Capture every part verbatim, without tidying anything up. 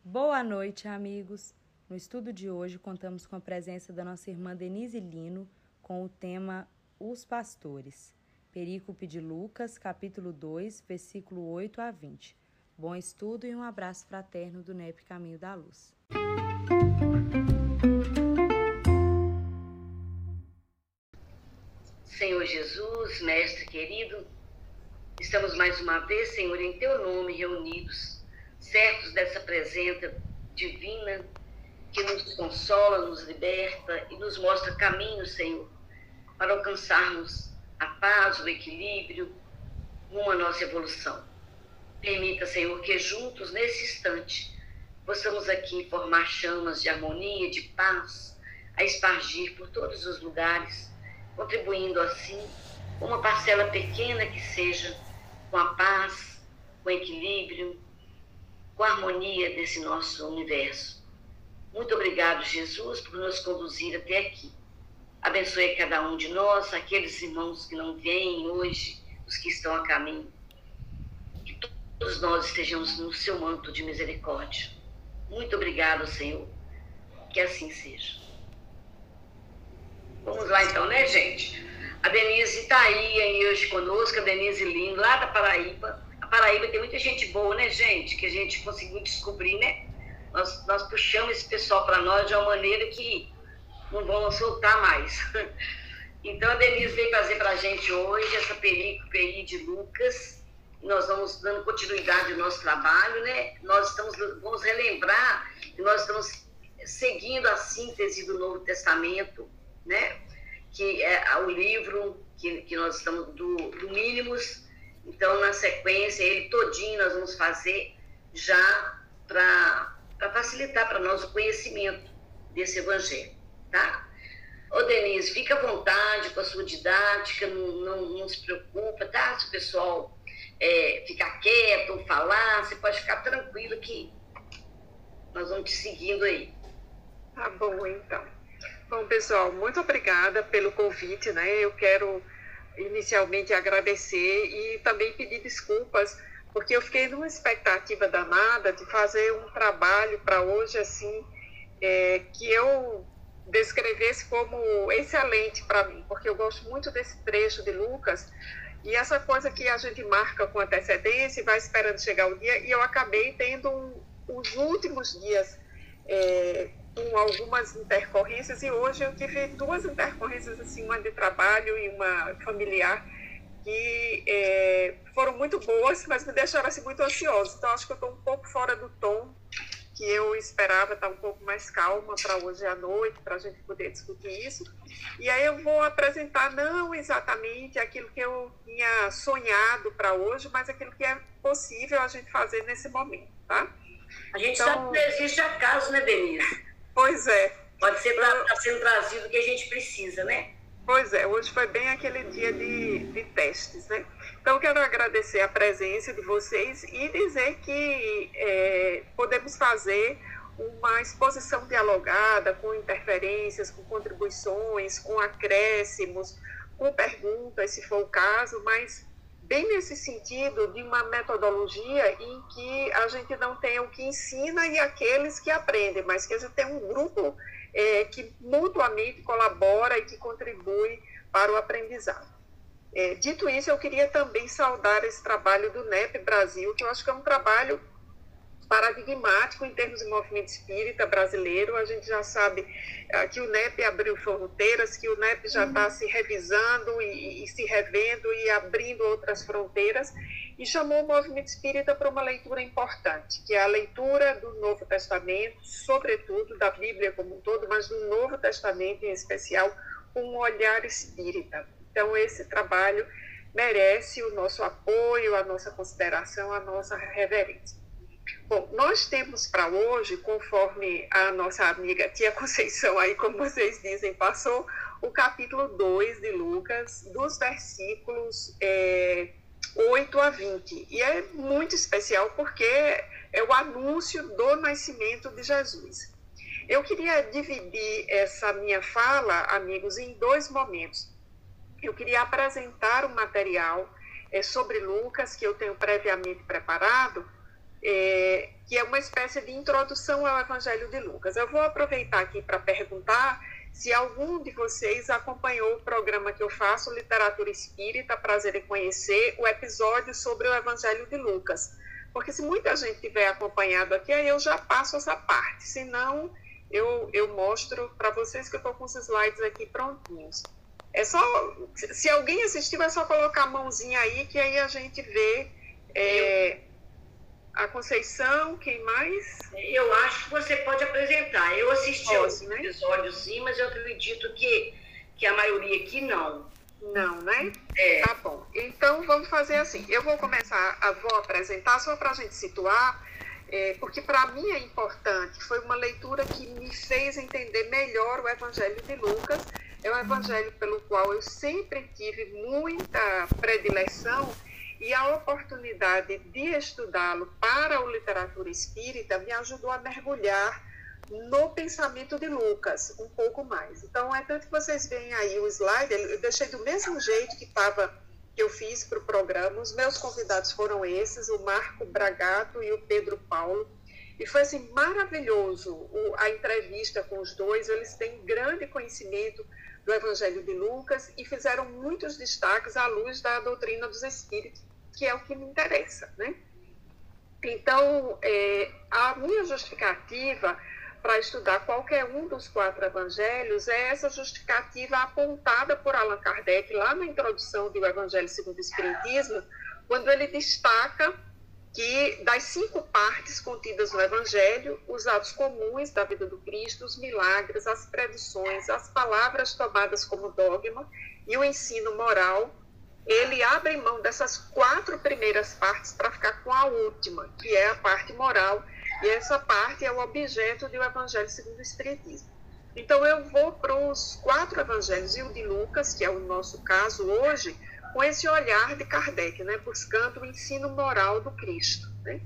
Boa noite, amigos! No estudo de hoje, contamos com a presença da nossa irmã Denise Lino com o tema Os Pastores. Perícope de Lucas, capítulo dois, versículo oito a vinte. Bom estudo e um abraço fraterno do N E P Caminho da Luz. Senhor Jesus, Mestre querido, estamos mais uma vez, Senhor, em Teu nome reunidos, certos dessa presença divina que nos consola, nos liberta e nos mostra caminhos, Senhor, para alcançarmos a paz, o equilíbrio, rumo à nossa evolução. Permita, Senhor, que juntos, nesse instante, possamos aqui formar chamas de harmonia, de paz, a espargir por todos os lugares, contribuindo assim, uma parcela pequena que seja, com a paz, com o equilíbrio, com a harmonia desse nosso universo. Muito obrigado, Jesus, por nos conduzir até aqui. Abençoe cada um de nós, aqueles irmãos que não vêm hoje, os que estão a caminho. Que todos nós estejamos no seu manto de misericórdia. Muito obrigado, Senhor. Que assim seja. Vamos lá então, né, gente? A Denise está aí, aí hoje conosco, a Denise Lino, lá da Paraíba. A Paraíba tem muita gente boa, né, gente? Que a gente conseguiu descobrir, né? Nós, nós puxamos esse pessoal para nós de uma maneira que não vão soltar mais. Então, a Denise veio trazer para a gente hoje essa perícope aí de Lucas. Nós vamos dando continuidade ao nosso trabalho, né? Nós estamos, vamos relembrar que nós estamos seguindo a síntese do Novo Testamento, né? Que é o livro que, que nós estamos do, do Mínimos. Então, na sequência, ele todinho nós vamos fazer já para facilitar para nós o conhecimento desse evangelho, tá? Ô, Denise, fica à vontade com a sua didática, não, não, não se preocupa, tá? Se o pessoal é, ficar quieto ou falar, você pode ficar tranquilo que nós vamos te seguindo aí. Tá bom, então. Bom, pessoal, muito obrigada pelo convite, né? Eu quero inicialmente agradecer e também pedir desculpas, porque eu fiquei numa expectativa danada de fazer um trabalho para hoje, assim, é, que eu descrevesse como excelente para mim, porque eu gosto muito desse trecho de Lucas, e essa coisa que a gente marca com antecedência e vai esperando chegar o dia, e eu acabei tendo um, os últimos dias é, com algumas intercorrências, e hoje eu tive duas intercorrências, assim, uma de trabalho e uma familiar, que é, foram muito boas, mas me deixaram assim, muito ansiosa. Então, acho que eu estou um pouco fora do tom que eu esperava, estar um pouco mais calma para hoje à noite, para a gente poder discutir isso. E aí eu vou apresentar não exatamente aquilo que eu tinha sonhado para hoje, mas aquilo que é possível a gente fazer nesse momento, tá? A gente então, sabe que não existe acaso, né, Denise? Pois é. Pode ser tá, tá sendo trazido o que a gente precisa, né? Pois é, hoje foi bem aquele dia de, de testes, né? Então, eu quero agradecer a presença de vocês e dizer que é, podemos fazer uma exposição dialogada, com interferências, com contribuições, com acréscimos, com perguntas, se for o caso, mas bem nesse sentido de uma metodologia em que a gente não tem o que ensina e aqueles que aprendem, mas que a gente tem um grupo é, que mutuamente colabora e que contribui para o aprendizado. É, dito isso, eu queria também saudar esse trabalho do N E P Brasil, que eu acho que é um trabalho paradigmático em termos de movimento espírita brasileiro. A gente já sabe uh, que o N E P abriu fronteiras, que o N E P já está uhum. se revisando e, e se revendo e abrindo outras fronteiras, e chamou o movimento espírita para uma leitura importante, que é a leitura do Novo Testamento, sobretudo da Bíblia como um todo, mas do Novo Testamento em especial, com um olhar espírita. Então, esse trabalho merece o nosso apoio, a nossa consideração, a nossa reverência. Bom, nós temos para hoje, conforme a nossa amiga Tia Conceição, aí como vocês dizem, passou o capítulo dois de Lucas, dos versículos é, oito a vinte. E é muito especial porque é o anúncio do nascimento de Jesus. Eu queria dividir essa minha fala, amigos, em dois momentos. Eu queria apresentar um material é, sobre Lucas, que eu tenho previamente preparado, é, que é uma espécie de introdução ao Evangelho de Lucas. Eu vou aproveitar aqui para perguntar se algum de vocês acompanhou o programa que eu faço, Literatura Espírita, Prazer em Conhecer, o episódio sobre o Evangelho de Lucas. Porque se muita gente tiver acompanhado aqui, aí eu já passo essa parte. Se não, eu, eu mostro para vocês que eu estou com os slides aqui prontinhos. É só, se alguém assistiu, é só colocar a mãozinha aí, que aí a gente vê é, a Conceição, quem mais? Eu acho que você pode apresentar. Eu assisti Posso, ao né? episódio, sim, mas eu acredito que, que a maioria aqui não. Não, né? É. Tá bom. Então, vamos fazer assim. Eu vou começar, a, vou apresentar só para a gente situar, é, porque para mim é importante. Foi uma leitura que me fez entender melhor o Evangelho de Lucas. É um evangelho pelo qual eu sempre tive muita predileção, e a oportunidade de estudá-lo para a literatura espírita me ajudou a mergulhar no pensamento de Lucas um pouco mais. Então, é tanto que vocês veem aí o slide, eu deixei do mesmo jeito que estava, que eu fiz para o programa. Os meus convidados foram esses, o Marco Bragato e o Pedro Paulo. E foi assim, maravilhoso o, a entrevista com os dois. Eles têm grande conhecimento do Evangelho de Lucas e fizeram muitos destaques à luz da doutrina dos Espíritos, que é o que me interessa, né? Então, é, a minha justificativa para estudar qualquer um dos quatro evangelhos é essa justificativa apontada por Allan Kardec lá na introdução do Evangelho segundo o Espiritismo, quando ele destaca que das cinco partes contidas no Evangelho, os atos comuns da vida do Cristo, os milagres, as predições, as palavras tomadas como dogma e o ensino moral, ele abre mão dessas quatro primeiras partes para ficar com a última, que é a parte moral, e essa parte é o objeto do Evangelho segundo o Espiritismo. Então eu vou para os quatro evangelhos e o de Lucas, que é o nosso caso hoje, com esse olhar de Kardec, né, buscando o ensino moral do Cristo, né?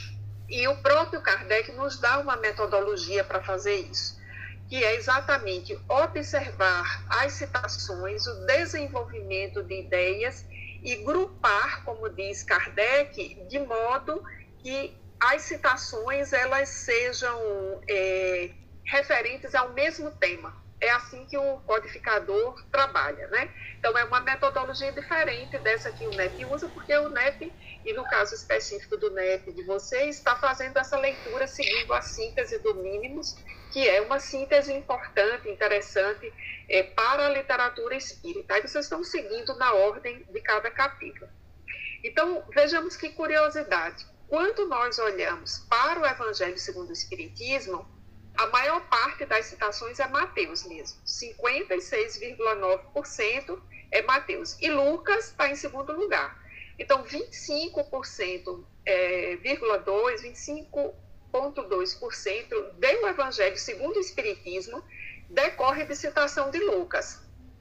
E o próprio Kardec nos dá uma metodologia para fazer isso, que é exatamente observar as citações, o desenvolvimento de ideias e grupar, como diz Kardec, de modo que as citações elas sejam é, referentes ao mesmo tema. É assim que o codificador trabalha, né? Então, é uma metodologia diferente dessa que o N E P usa, porque o N E P, e no caso específico do N E P de vocês, está fazendo essa leitura seguindo a síntese do Mínimos, que é uma síntese importante, interessante é, para a literatura espírita. Aí vocês estão seguindo na ordem de cada capítulo. Então, vejamos que curiosidade. Quando nós olhamos para o Evangelho segundo o Espiritismo, a maior parte das citações é Mateus mesmo, cinquenta e seis vírgula nove por cento é Mateus. E Lucas está em segundo lugar. Então, vinte e cinco por cento, é, vírgula dois, vinte e cinco vírgula dois por cento do Evangelho segundo o Espiritismo decorre de citação de Lucas.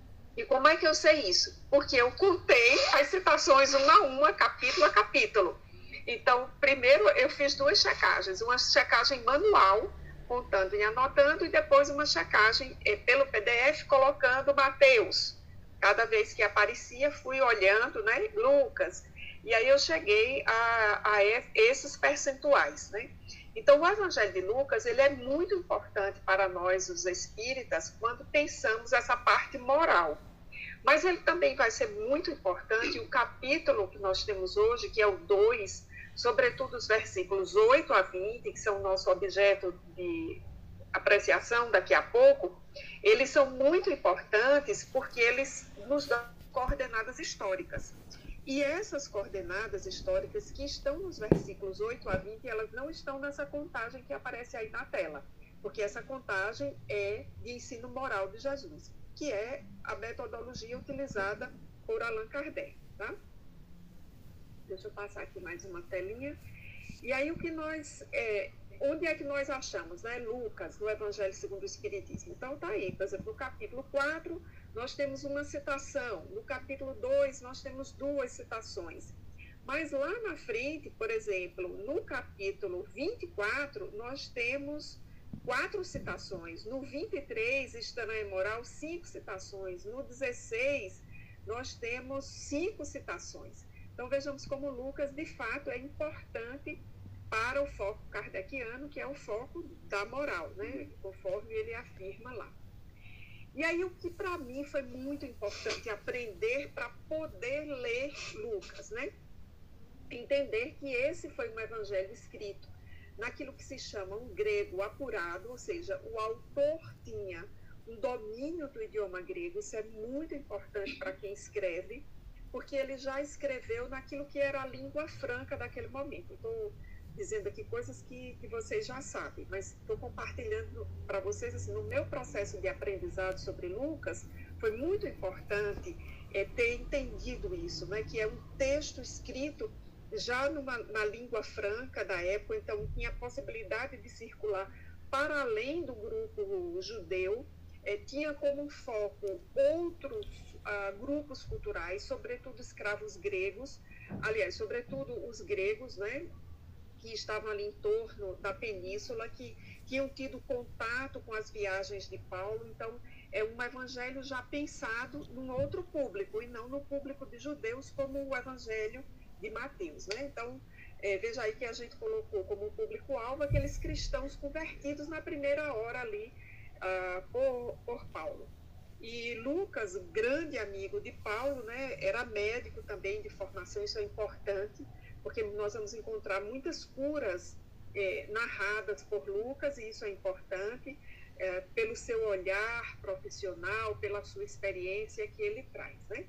E como é que eu sei isso? Porque eu contei as citações uma a uma, capítulo a capítulo. Então, primeiro eu fiz duas checagens, uma checagem manual, contando e anotando, e depois uma checagem eh, pelo P D F, colocando Mateus. Cada vez que aparecia, fui olhando, né, Lucas, e aí eu cheguei a, a esses percentuais, né? Então, o Evangelho de Lucas, ele é muito importante para nós, os espíritas, quando pensamos essa parte moral. Mas ele também vai ser muito importante, o capítulo que nós temos hoje, que é o dois, sobretudo os versículos oito a vinte, que são o nosso objeto de apreciação daqui a pouco, eles são muito importantes porque eles nos dão coordenadas históricas. E essas coordenadas históricas que estão nos versículos oito a vinte, elas não estão nessa contagem que aparece aí na tela, porque essa contagem é de ensino moral de Jesus, que é a metodologia utilizada por Allan Kardec, tá? Deixa eu passar aqui mais uma telinha. E aí o que nós, é, onde é que nós achamos, né? Lucas, no Evangelho segundo o Espiritismo. Então tá aí, por exemplo, no capítulo quatro, nós temos uma citação. No capítulo dois, nós temos duas citações. Mas lá na frente, por exemplo, no capítulo vinte e quatro, nós temos quatro citações. No vinte e três, Estranha Moral, cinco citações. No dezesseis, nós temos cinco citações. Então, vejamos como Lucas, de fato, é importante para o foco kardeciano, que é o foco da moral, né? Conforme ele afirma lá. E aí o que para mim foi muito importante aprender para poder ler Lucas, né? Entender que esse foi um evangelho escrito naquilo que se chama um grego apurado, ou seja, o autor tinha um domínio do idioma grego. Isso é muito importante para quem escreve, porque ele já escreveu naquilo que era a língua franca daquele momento. Estou dizendo aqui coisas que, que vocês já sabem, mas estou compartilhando para vocês, assim, no meu processo de aprendizado sobre Lucas, foi muito importante é, ter entendido isso, né, que é um texto escrito já numa, na língua franca da época, então tinha a possibilidade de circular para além do grupo judeu, é, tinha como foco outros ah, grupos culturais, sobretudo escravos gregos, aliás, sobretudo os gregos, né, que estavam ali em torno da península, que tinham tido contato com as viagens de Paulo. Então, é um evangelho já pensado num outro público, e não no público de judeus, como o evangelho de Mateus, né? Então, é, veja aí que a gente colocou como público-alvo aqueles cristãos convertidos na primeira hora ali ah, por, por Paulo. E Lucas, grande amigo de Paulo, né, era médico também de formação, isso é importante, porque nós vamos encontrar muitas curas é, narradas por Lucas, e isso é importante, é, pelo seu olhar profissional, pela sua experiência que ele traz, né?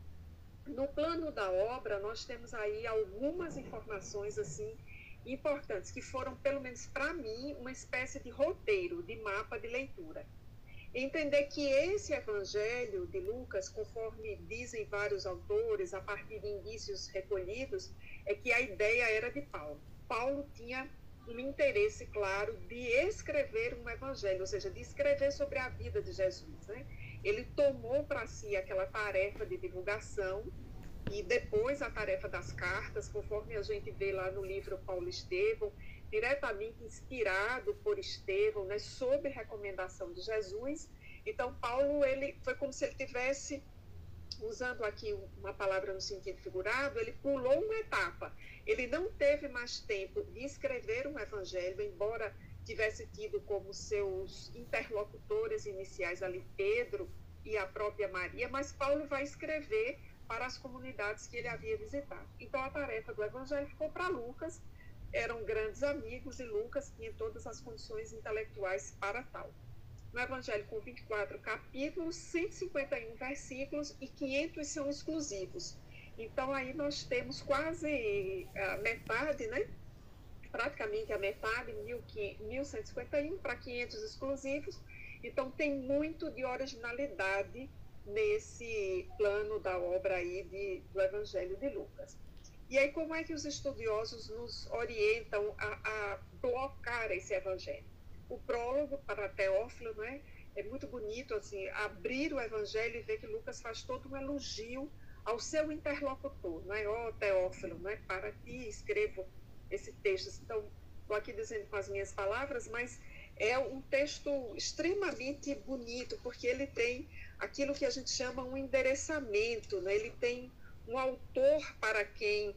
No plano da obra, nós temos aí algumas informações assim importantes, que foram, pelo menos para mim, uma espécie de roteiro, de mapa de leitura. Entender que esse evangelho de Lucas, conforme dizem vários autores, a partir de indícios recolhidos, é que a ideia era de Paulo. Paulo tinha um interesse claro de escrever um evangelho, ou seja, de escrever sobre a vida de Jesus, né? Ele tomou para si aquela tarefa de divulgação e depois a tarefa das cartas, conforme a gente vê lá no livro Paulo Estevão, diretamente inspirado por Estevão, né, sob recomendação de Jesus. Então, Paulo, ele foi como se ele tivesse, usando aqui uma palavra no sentido figurado, ele pulou uma etapa. Ele não teve mais tempo de escrever um evangelho, embora tivesse tido como seus interlocutores iniciais ali Pedro e a própria Maria, mas Paulo vai escrever para as comunidades que ele havia visitado. Então, a tarefa do evangelho ficou para Lucas. Eram grandes amigos e Lucas tinha todas as condições intelectuais para tal. No Evangelho, com vinte e quatro capítulos, cento e cinquenta e um versículos e quinhentos são exclusivos. Então, aí nós temos quase a metade, né? Praticamente a metade, mil cento e cinquenta e um para quinhentos exclusivos. Então, tem muito de originalidade nesse plano da obra aí de, do Evangelho de Lucas. E aí, como é que os estudiosos nos orientam a, a blocar esse evangelho? O prólogo para Teófilo, né, é muito bonito, assim, abrir o evangelho e ver que Lucas faz todo um elogio ao seu interlocutor, né? Ó, oh, Teófilo, né, para ti escrevo esse texto. Então, estou aqui dizendo com as minhas palavras, mas é um texto extremamente bonito, porque ele tem aquilo que a gente chama um endereçamento, né? Ele tem um autor para quem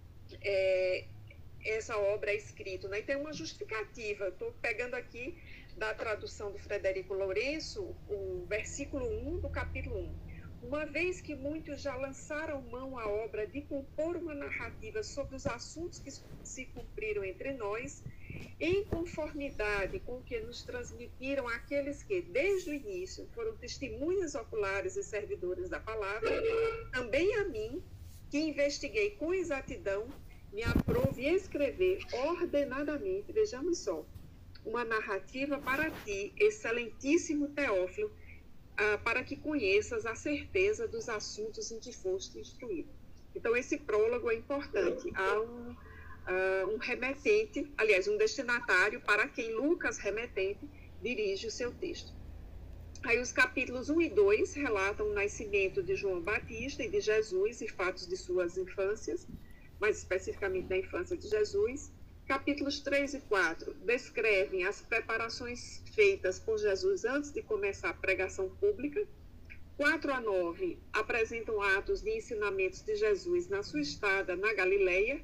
é, essa obra é escrita, né? E tem uma justificativa. Estou pegando aqui da tradução do Frederico Lourenço, o versículo um do capítulo um. Uma vez que muitos já lançaram mão à obra de compor uma narrativa sobre os assuntos que se cumpriram entre nós, em conformidade com o que nos transmitiram aqueles que, desde o início, foram testemunhas oculares e servidores da palavra, também a mim, que investiguei com exatidão, me aprouve escrever ordenadamente, vejamos só, uma narrativa para ti, excelentíssimo Teófilo, ah, para que conheças a certeza dos assuntos em que foste instruído. Então, esse prólogo é importante. Há um, uh, um remetente, aliás, um destinatário para quem Lucas, remetente, dirige o seu texto. Aí os capítulos um e dois relatam o nascimento de João Batista e de Jesus e fatos de suas infâncias, mais especificamente da infância de Jesus. Capítulos três e quatro descrevem as preparações feitas por Jesus antes de começar a pregação pública. quatro a nove apresentam atos de ensinamentos de Jesus na sua estada na Galileia,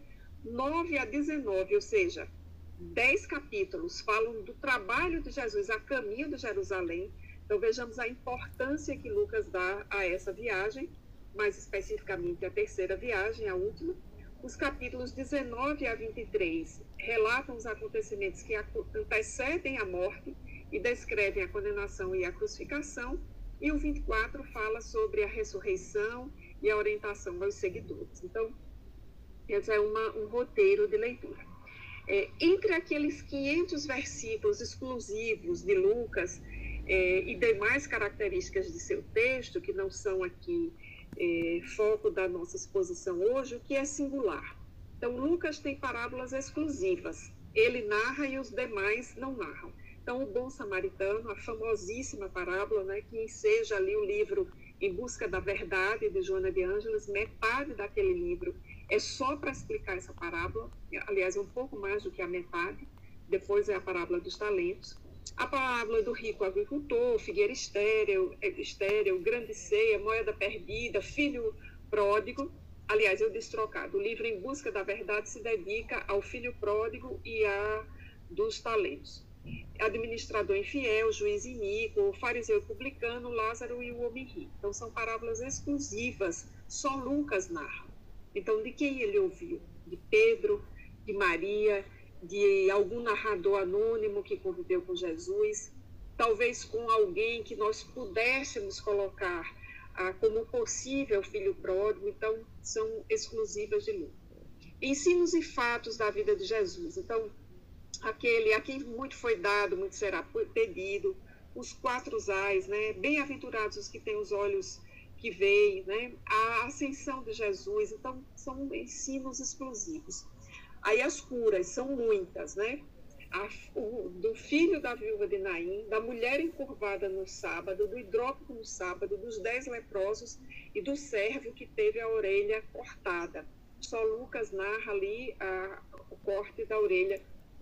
nove a dezenove, ou seja, dez capítulos falam do trabalho de Jesus a caminho de Jerusalém. Então, vejamos a importância que Lucas dá a essa viagem, mais especificamente a terceira viagem, a última. Os capítulos dezenove a vinte e três relatam os acontecimentos que antecedem a morte e descrevem a condenação e a crucificação. E o vinte e quatro fala sobre a ressurreição e a orientação aos seguidores. Então, esse é uma, um roteiro de leitura. É, entre aqueles quinhentos versículos exclusivos de Lucas é, e demais características de seu texto, que não são aqui é, foco da nossa exposição hoje, o que é singular? Então, Lucas tem parábolas exclusivas. Ele narra e os demais não narram. Então, o Bom Samaritano, a famosíssima parábola, né, que enseja ali o livro Em Busca da Verdade, de Joana de Ângeles, metade daquele livro é só para explicar essa parábola, aliás, é um pouco mais do que a metade. Depois é a parábola dos talentos. A parábola do rico agricultor, figueira estéril, estéril, grande ceia, moeda perdida, filho pródigo. Aliás, eu disse trocado. O livro Em Busca da Verdade se dedica ao filho pródigo e a dos talentos. Administrador infiel, juiz iníquo, fariseu publicano, Lázaro e o homem rico. Então, são parábolas exclusivas, só Lucas narra. Então, de quem ele ouviu? De Pedro, de Maria, de algum narrador anônimo que conviveu com Jesus, talvez com alguém que nós pudéssemos colocar ah, como possível filho pródigo. Então, são exclusivas de Lucas. Ensinos e fatos da vida de Jesus. Então, aquele a quem muito foi dado, muito será pedido, os quatro ais, né? Bem-aventurados os que têm os olhos que veem, né? A ascensão de Jesus. Então, são ensinos exclusivos. Aí as curas são muitas, né? A, o, do filho da viúva de Naim, da mulher encurvada no sábado, do hidrópico no sábado, dos dez leprosos e do servo que teve a orelha cortada. Só Lucas narra ali a, o corte da orelha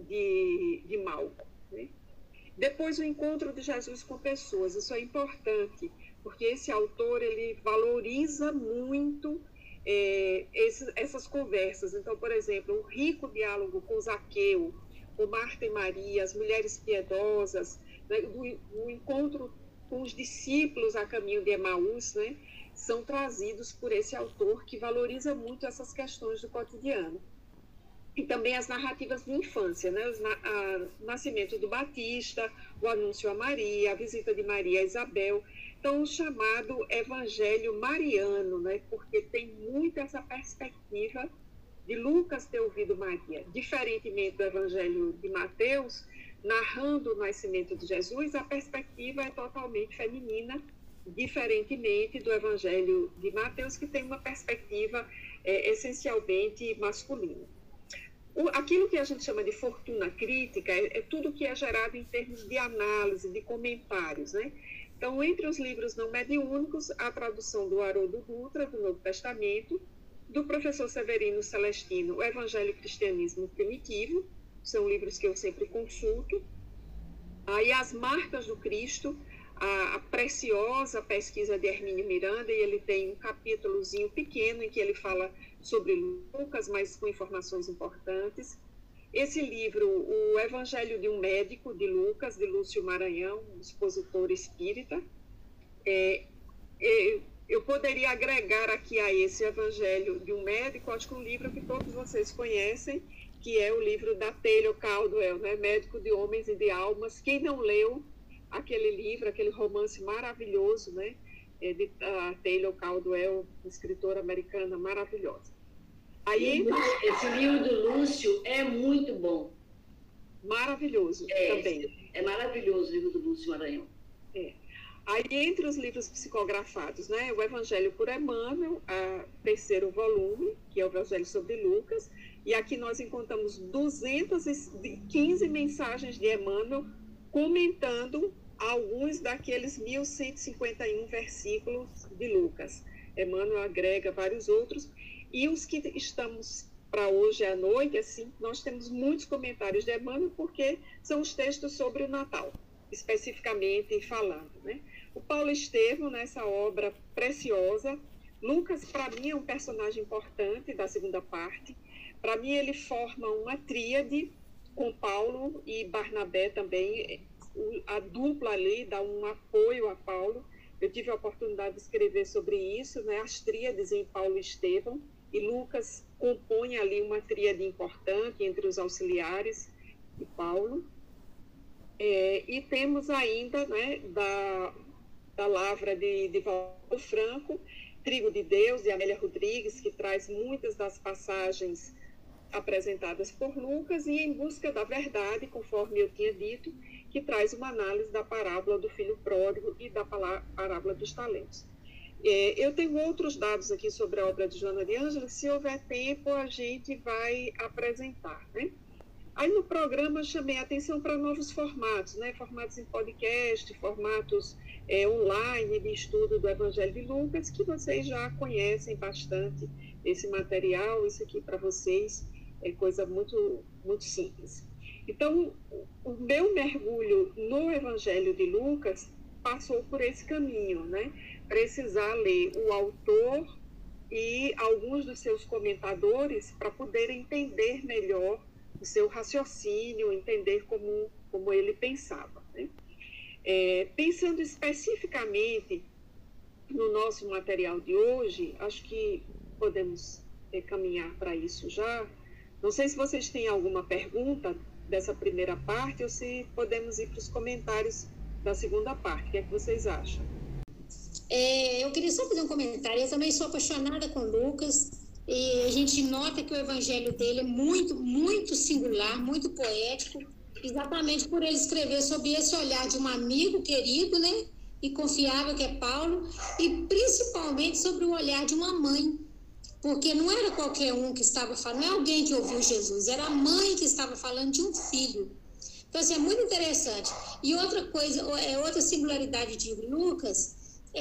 de, de Malco, né? Depois o encontro de Jesus com pessoas. Isso é importante, porque esse autor ele valoriza muito é, esse, essas conversas. Então, por exemplo, o rico diálogo com Zaqueu, com Marta e Maria, as mulheres piedosas, né, o, o encontro com os discípulos a caminho de Emaús, né, são trazidos por esse autor que valoriza muito essas questões do cotidiano. E também as narrativas de infância, né? O nascimento do Batista, o anúncio a Maria, a visita de Maria a Isabel. Então, o chamado Evangelho Mariano, né? Porque tem muito essa perspectiva de Lucas ter ouvido Maria. Diferentemente do Evangelho de Mateus, narrando o nascimento de Jesus, a perspectiva é totalmente feminina, diferentemente do Evangelho de Mateus, que tem uma perspectiva é, essencialmente masculina. O, aquilo que a gente chama de fortuna crítica é, é tudo que é gerado em termos de análise, de comentários, né? Então, entre os livros não mediúnicos, a tradução do Haroldo Dutra, do Novo Testamento, do professor Severino Celestino, o Evangelho e Cristianismo Primitivo, são livros que eu sempre consulto. Aí, As Marcas do Cristo, a, a preciosa pesquisa de Hermínio Miranda, e ele tem um capítulozinho pequeno em que ele fala sobre Lucas, mas com informações importantes. Esse livro, O Evangelho de um Médico, de Lucas, de Lúcio Maranhão, um expositor espírita. É, é, eu poderia agregar aqui a esse Evangelho de um Médico, acho que um livro que todos vocês conhecem, que é o livro da Taylor Caldwell, né? Médico de Homens e de Almas. Quem não leu aquele livro, aquele romance maravilhoso, né? É de uh, Taylor Caldwell, escritora americana maravilhosa. Aí, esse livro do Lúcio é muito bom. Maravilhoso é, também. É maravilhoso o livro do Lúcio Maranhão. É. Aí, entre os livros psicografados, né, o Evangelho por Emmanuel, a terceiro volume, que é o Evangelho sobre Lucas, e aqui nós encontramos duzentas e quinze mensagens de Emmanuel comentando alguns daqueles mil cento e cinquenta e um versículos de Lucas. Emmanuel agrega vários outros, e os que estamos para hoje à noite, assim, nós temos muitos comentários de Emmanuel, porque são os textos sobre o Natal, especificamente falando, né? O Paulo Estevam, nessa obra preciosa. Lucas, para mim, é um personagem importante da segunda parte, para mim, ele forma uma tríade com Paulo e Barnabé também. A dupla ali dá um apoio a Paulo. Eu tive a oportunidade de escrever sobre isso, né? As tríades em Paulo e Estevão, e Lucas compõe ali uma tríade importante entre os auxiliares de Paulo. É, e temos ainda, né, da, da Lavra de, de Valdo Franco, Trigo de Deus, de Amélia Rodrigues, que traz muitas das passagens apresentadas por Lucas, e Em Busca da Verdade, conforme eu tinha dito, que traz uma análise da parábola do filho pródigo e da parábola dos talentos. É, eu tenho outros dados aqui sobre a obra de Joana de Ângeles, se houver tempo a gente vai apresentar, né? Aí no programa eu chamei a atenção para novos formatos, né? Formatos em podcast, formatos é, online de estudo do Evangelho de Lucas, que vocês já conhecem bastante esse material. Isso aqui para vocês é coisa muito, muito simples. Então, o meu mergulho no Evangelho de Lucas passou por esse caminho, né? Precisar ler o autor e alguns dos seus comentadores para poder entender melhor o seu raciocínio, entender como, como ele pensava, né? É, pensando especificamente no nosso material de hoje, acho que podemos é, caminhar para isso já. Não sei se vocês têm alguma pergunta dessa primeira parte ou se podemos ir para os comentários da segunda parte. O que é que vocês acham? É, eu queria só fazer um comentário. Eu também sou apaixonada com Lucas. E a gente nota que o evangelho dele é muito, muito singular, muito poético, exatamente por ele escrever sob esse olhar de um amigo querido, né, e confiável, que é Paulo, e principalmente sobre o olhar de uma mãe, porque não era qualquer um que estava falando, não é alguém que ouviu Jesus, era a mãe que estava falando de um filho. Então, assim, é muito interessante. E outra coisa, é outra singularidade de Lucas,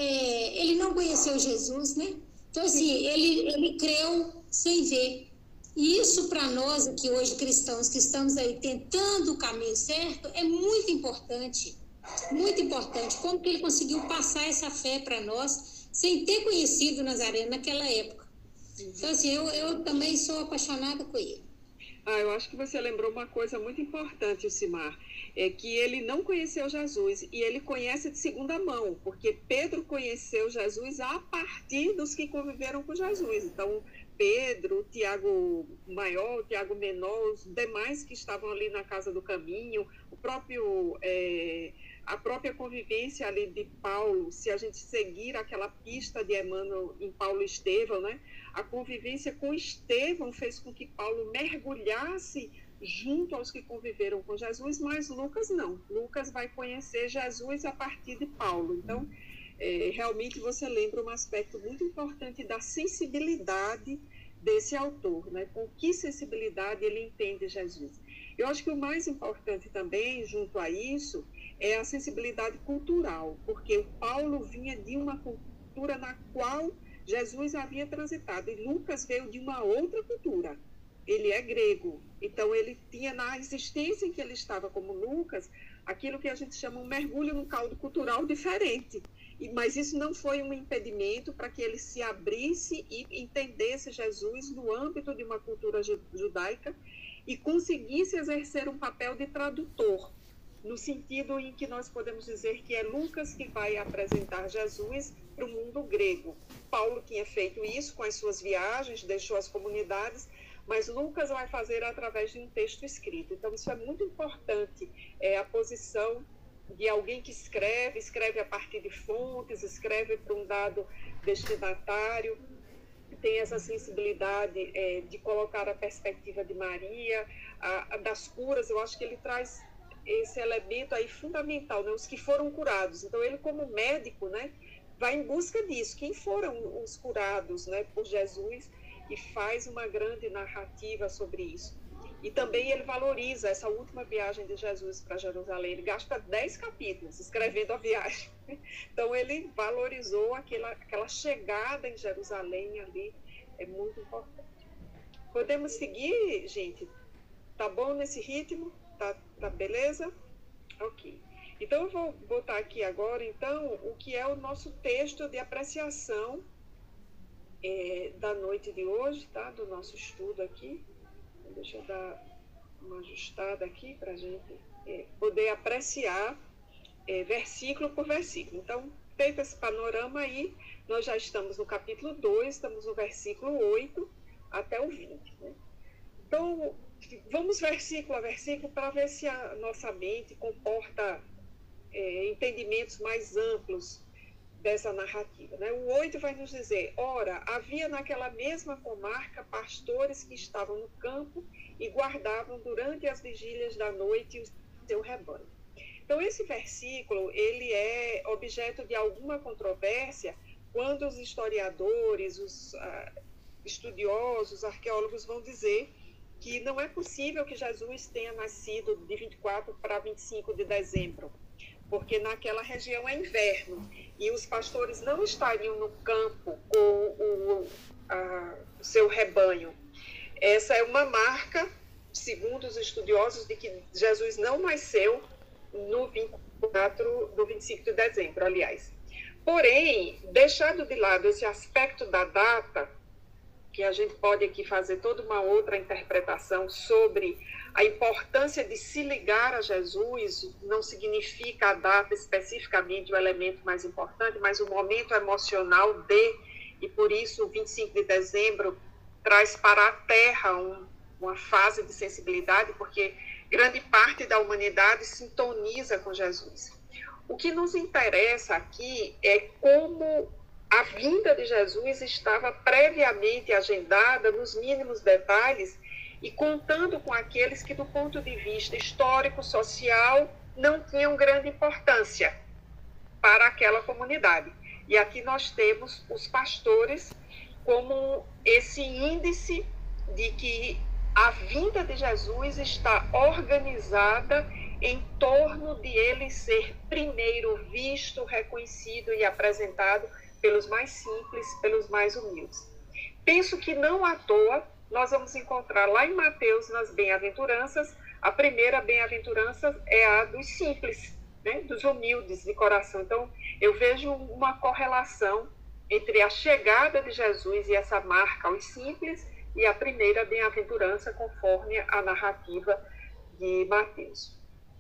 é, ele não conheceu Jesus, né? Então, assim, ele, ele creu sem ver. E isso, para nós aqui hoje, cristãos, que estamos aí tentando o caminho certo, é muito importante. Muito importante. Como que ele conseguiu passar essa fé para nós, sem ter conhecido Nazaré naquela época. Então, assim, eu, eu também sou apaixonada com ele. Ah, eu acho que você lembrou uma coisa muito importante, Ocimar, é que ele não conheceu Jesus e ele conhece de segunda mão, porque Pedro conheceu Jesus a partir dos que conviveram com Jesus. Então, Pedro, Tiago Maior, Tiago Menor, os demais que estavam ali na Casa do Caminho, o próprio, é, a própria convivência ali de Paulo, se a gente seguir aquela pista de Emmanuel em Paulo e Estevão, né? A convivência com Estevão fez com que Paulo mergulhasse junto aos que conviveram com Jesus, mas Lucas não. Lucas vai conhecer Jesus a partir de Paulo. Então, é, realmente você lembra um aspecto muito importante da sensibilidade desse autor, né? Com que sensibilidade ele entende Jesus. Eu acho que o mais importante também, junto a isso, é a sensibilidade cultural, porque o Paulo vinha de uma cultura na qual Jesus havia transitado, e Lucas veio de uma outra cultura. Ele é grego, então ele tinha na existência em que ele estava como Lucas, aquilo que a gente chama um mergulho no caldo cultural diferente. E, mas isso não foi um impedimento para que ele se abrisse e entendesse Jesus no âmbito de uma cultura judaica e conseguisse exercer um papel de tradutor, no sentido em que nós podemos dizer que é Lucas que vai apresentar Jesus para o mundo grego. Paulo tinha feito isso com as suas viagens, deixou as comunidades, mas Lucas vai fazer através de um texto escrito. Então, isso é muito importante, é, a posição de alguém que escreve, escreve a partir de fontes, escreve para um dado destinatário, tem essa sensibilidade é, de colocar a perspectiva de Maria, a, a das curas. Eu acho que ele traz esse elemento aí fundamental, né? Os que foram curados. Então, ele como médico, né, vai em busca disso. Quem foram os curados, né, por Jesus, e faz uma grande narrativa sobre isso. E também ele valoriza essa última viagem de Jesus para Jerusalém. Ele gasta dez capítulos escrevendo a viagem. Então, ele valorizou aquela, aquela chegada em Jerusalém ali. É muito importante. Podemos seguir, gente? Tá bom nesse ritmo? Tá, tá beleza? Ok. Então, eu vou botar aqui agora, então, o que é o nosso texto de apreciação é, da noite de hoje, tá? Do nosso estudo aqui. Deixa eu dar uma ajustada aqui para a gente é, poder apreciar é, versículo por versículo. Então, feito esse panorama aí, nós já estamos no capítulo dois, estamos no versículo oito até o vinte. Né? Então, vamos versículo a versículo para ver se a nossa mente comporta é, entendimentos mais amplos dessa narrativa. Né? O oito vai nos dizer: ora, havia naquela mesma comarca pastores que estavam no campo e guardavam durante as vigílias da noite o seu rebanho. Então, esse versículo ele é objeto de alguma controvérsia quando os historiadores, os uh, estudiosos, os arqueólogos vão dizer que não é possível que Jesus tenha nascido de vinte e quatro para vinte e cinco de dezembro, porque naquela região é inverno e os pastores não estariam no campo com o, a, o seu rebanho. Essa é uma marca, segundo os estudiosos, de que Jesus não nasceu no vinte e quatro, do vinte e cinco de dezembro, aliás. Porém, deixando de lado esse aspecto da data, que a gente pode aqui fazer toda uma outra interpretação sobre a importância de se ligar a Jesus, não significa a data especificamente o elemento mais importante, mas o momento emocional de, e por isso o vinte e cinco de dezembro traz para a Terra um, uma fase de sensibilidade, porque grande parte da humanidade sintoniza com Jesus. O que nos interessa aqui é como a vinda de Jesus estava previamente agendada nos mínimos detalhes e contando com aqueles que, do ponto de vista histórico, social, não tinham grande importância para aquela comunidade. E aqui nós temos os pastores como esse índice de que a vinda de Jesus está organizada em torno de ele ser primeiro visto, reconhecido e apresentado pelos mais simples, pelos mais humildes. Penso que não à toa nós vamos encontrar lá em Mateus, nas bem-aventuranças, a primeira bem-aventurança é a dos simples, né? Dos humildes de coração. Então, eu vejo uma correlação entre a chegada de Jesus e essa marca aos simples e a primeira bem-aventurança, conforme a narrativa de Mateus.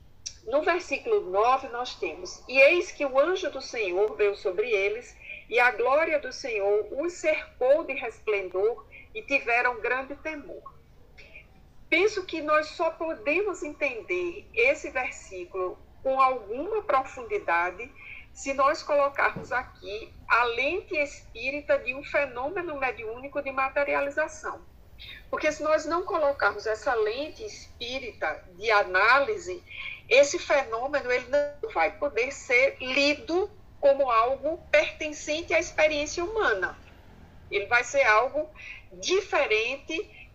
No versículo nove, nós temos: e eis que o anjo do Senhor veio sobre eles, e a glória do Senhor os cercou de resplendor, e tiveram grande temor. Penso que nós só podemos entender esse versículo com alguma profundidade se nós colocarmos aqui a lente espírita de um fenômeno mediúnico de materialização. Porque se nós não colocarmos essa lente espírita de análise, esse fenômeno ele não vai poder ser lido como algo pertencente à experiência humana. Ele vai ser algo diferente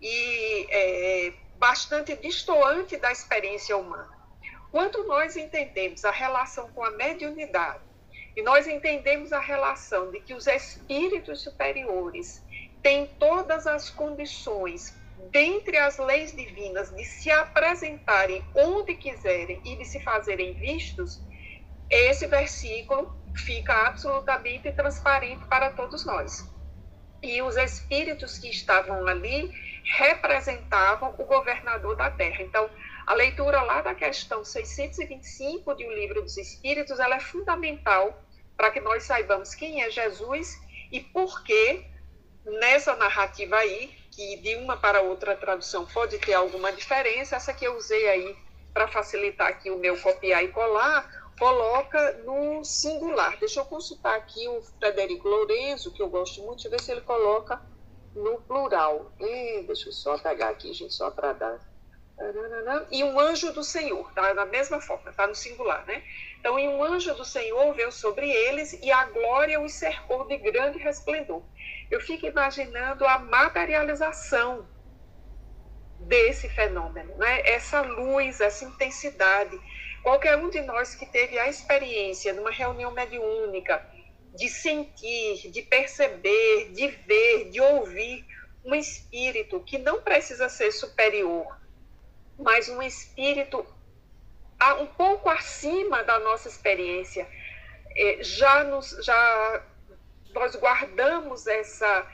e é, bastante destoante da experiência humana. Quando nós entendemos a relação com a mediunidade e nós entendemos a relação de que os espíritos superiores têm todas as condições, dentre as leis divinas, de se apresentarem onde quiserem e de se fazerem vistos, esse versículo fica absolutamente transparente para todos nós. E os espíritos que estavam ali representavam o governador da Terra. Então, a leitura lá da questão seiscentos e vinte e cinco de O Livro dos Espíritos, ela é fundamental para que nós saibamos quem é Jesus e por que, nessa narrativa aí, que de uma para outra tradução pode ter alguma diferença, essa que eu usei aí para facilitar aqui o meu copiar e colar, coloca no singular. Deixa eu consultar aqui o Frederico Lourenço, que eu gosto muito, deixa eu ver se ele coloca no plural. E deixa eu só pegar aqui, gente, só para dar... E um anjo do Senhor, tá? Da mesma forma, tá no singular, né? Então, e um anjo do Senhor veio sobre eles e a glória os cercou de grande resplendor. Eu fico imaginando a materialização desse fenômeno, né? Essa luz, essa intensidade. Qualquer um de nós que teve a experiência numa reunião mediúnica de sentir, de perceber, de ver, de ouvir um espírito que não precisa ser superior, mas um espírito um pouco acima da nossa experiência, já, nos, já nós guardamos essa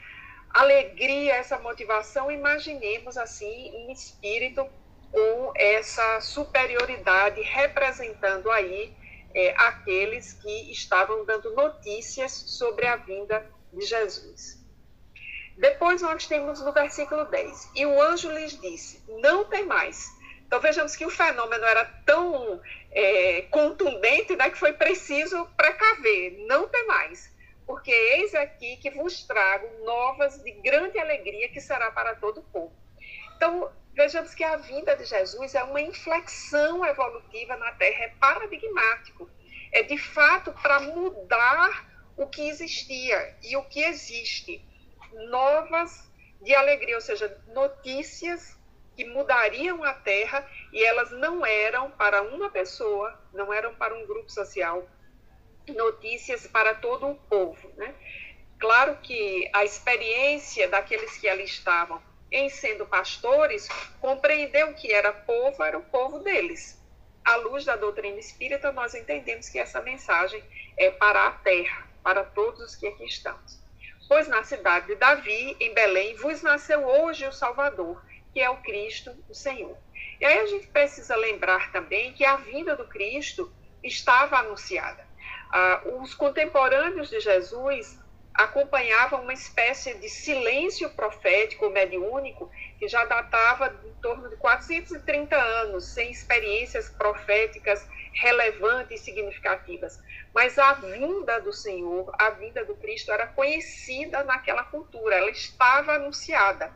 alegria, essa motivação, imaginemos assim um espírito com essa superioridade representando aí é, aqueles que estavam dando notícias sobre a vinda de Jesus. Depois nós temos no versículo dez, e o anjo lhes disse, não temais. Então vejamos que o fenômeno era tão é, contundente, né, que foi preciso precaver, não temais, porque eis aqui que vos trago novas de grande alegria que será para todo o povo. Então vejamos que a vinda de Jesus é uma inflexão evolutiva na Terra, é paradigmático, é de fato para mudar o que existia e o que existe. Novas de alegria, ou seja, notícias que mudariam a Terra, e elas não eram para uma pessoa, não eram para um grupo social, notícias para todo o povo, né? Claro que a experiência daqueles que ali estavam em sendo pastores, compreendeu que era povo, era o povo deles. À luz da doutrina espírita, nós entendemos que essa mensagem é para a Terra, para todos os que aqui estamos. Pois na cidade de Davi, em Belém, vos nasceu hoje o Salvador, que é o Cristo, o Senhor. E aí a gente precisa lembrar também que a vinda do Cristo estava anunciada. Ah, os contemporâneos de Jesus acompanhavam uma espécie de silêncio profético, mediúnico, que já datava em torno de quatrocentos e trinta anos, sem experiências proféticas relevantes e significativas. Mas a vinda do Senhor, a vinda do Cristo, era conhecida naquela cultura, ela estava anunciada.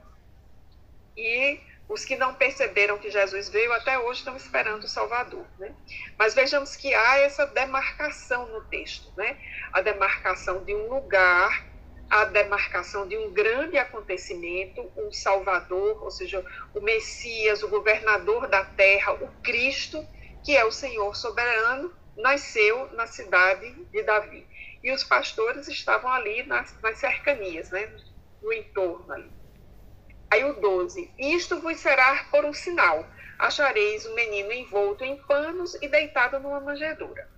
E os que não perceberam que Jesus veio, até hoje estão esperando o Salvador, né? Mas vejamos que há essa demarcação no texto, né? A demarcação de um lugar, a demarcação de um grande acontecimento, um Salvador, ou seja, o Messias, o governador da terra, o Cristo, que é o Senhor soberano, nasceu na cidade de Davi. E os pastores estavam ali nas, nas cercanias, né? No entorno ali. Aí o doze, isto vos será por um sinal, achareis o menino envolto em panos e deitado numa manjedoura.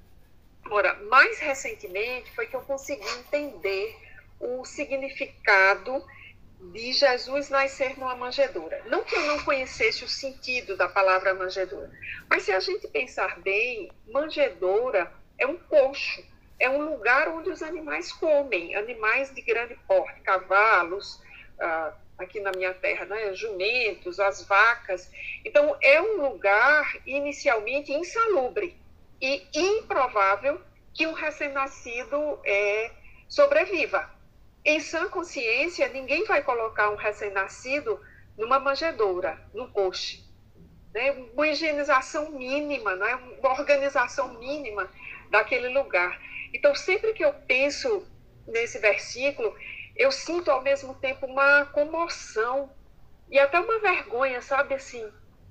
Ora, mais recentemente foi que eu consegui entender o significado de Jesus nascer numa manjedoura. Não que eu não conhecesse o sentido da palavra manjedoura, mas se a gente pensar bem, manjedoura é um coxo, é um lugar onde os animais comem, animais de grande porte, cavalos, ah, aqui na minha terra, né, jumentos, as vacas. Então, é um lugar inicialmente insalubre e improvável que um recém-nascido é, sobreviva. Em sã consciência, ninguém vai colocar um recém-nascido numa manjedoura, num coche. Né, uma higienização mínima, né, uma organização mínima daquele lugar. Então, sempre que eu penso nesse versículo, eu sinto ao mesmo tempo uma comoção e até uma vergonha, sabe, assim,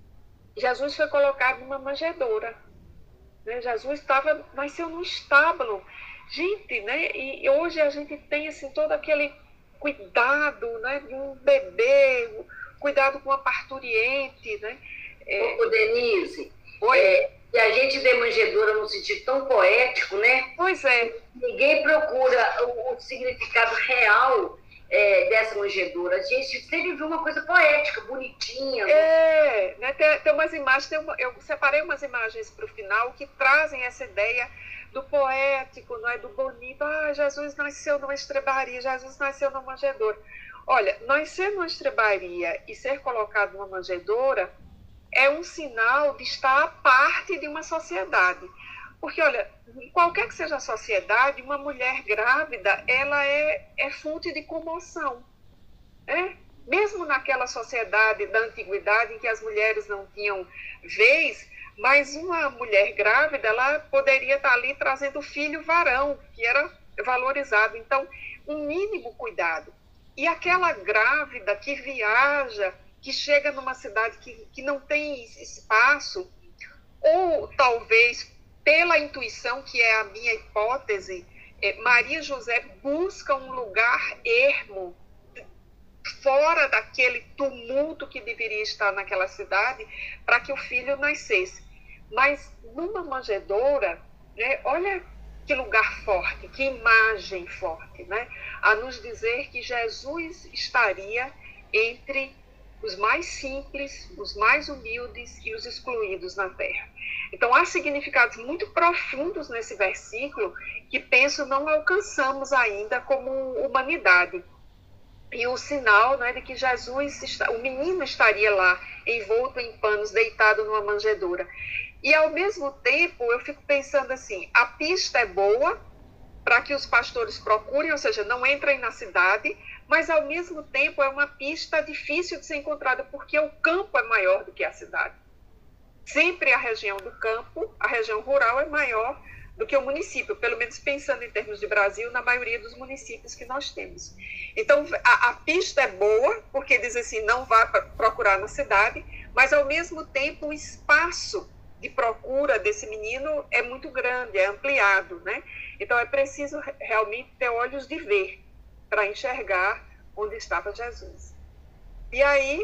Jesus foi colocado numa manjedoura, né? Jesus estava, nasceu num estábulo, gente, né, e hoje a gente tem, assim, todo aquele cuidado, né, de um bebê, cuidado com a parturiente, né. É... Ô, Denise, Oi? É, e a gente vê manjedoura num sentido tão poético, né? Pois é. Ninguém procura o, o significado real é, dessa manjedoura. A gente sempre vê uma coisa poética, bonitinha. É, né? Tem, tem umas imagens, tem uma, eu separei umas imagens para o final que trazem essa ideia do poético, não é? Do bonito. Ah, Jesus nasceu numa estrebaria, Jesus nasceu numa manjedoura. Olha, nascer numa estrebaria e ser colocado numa manjedoura é um sinal de estar à parte de uma sociedade. Porque, olha, qualquer que seja a sociedade, uma mulher grávida, ela é, é fonte de comoção. Né? Mesmo naquela sociedade da antiguidade, em que as mulheres não tinham vez, mas uma mulher grávida, ela poderia estar ali trazendo filho varão, que era valorizado. Então, um mínimo cuidado. E aquela grávida que viaja, que chega numa cidade que, que não tem espaço, ou talvez pela intuição, que é a minha hipótese, é, Maria e José buscam um lugar ermo, fora daquele tumulto que deveria estar naquela cidade, para que o filho nascesse. Mas numa manjedoura, né, olha que lugar forte, que imagem forte, né? A nos dizer que Jesus estaria entre os mais simples, os mais humildes e os excluídos na terra. Então, há significados muito profundos nesse versículo que, penso, não alcançamos ainda como humanidade. E o sinal, né, de que Jesus, está, o menino estaria lá, envolto em panos, deitado numa manjedoura. E, ao mesmo tempo, eu fico pensando assim, a pista é boa para que os pastores procurem, ou seja, não entrem na cidade, mas, ao mesmo tempo, é uma pista difícil de ser encontrada, porque o campo é maior do que a cidade. Sempre a região do campo, a região rural, é maior do que o município, pelo menos pensando em termos de Brasil, na maioria dos municípios que nós temos. Então, a, a pista é boa, porque diz assim, não vá procurar na cidade, mas, ao mesmo tempo, o espaço de procura desse menino é muito grande, é ampliado, né? Então, é preciso realmente ter olhos de ver para enxergar onde estava Jesus. E aí,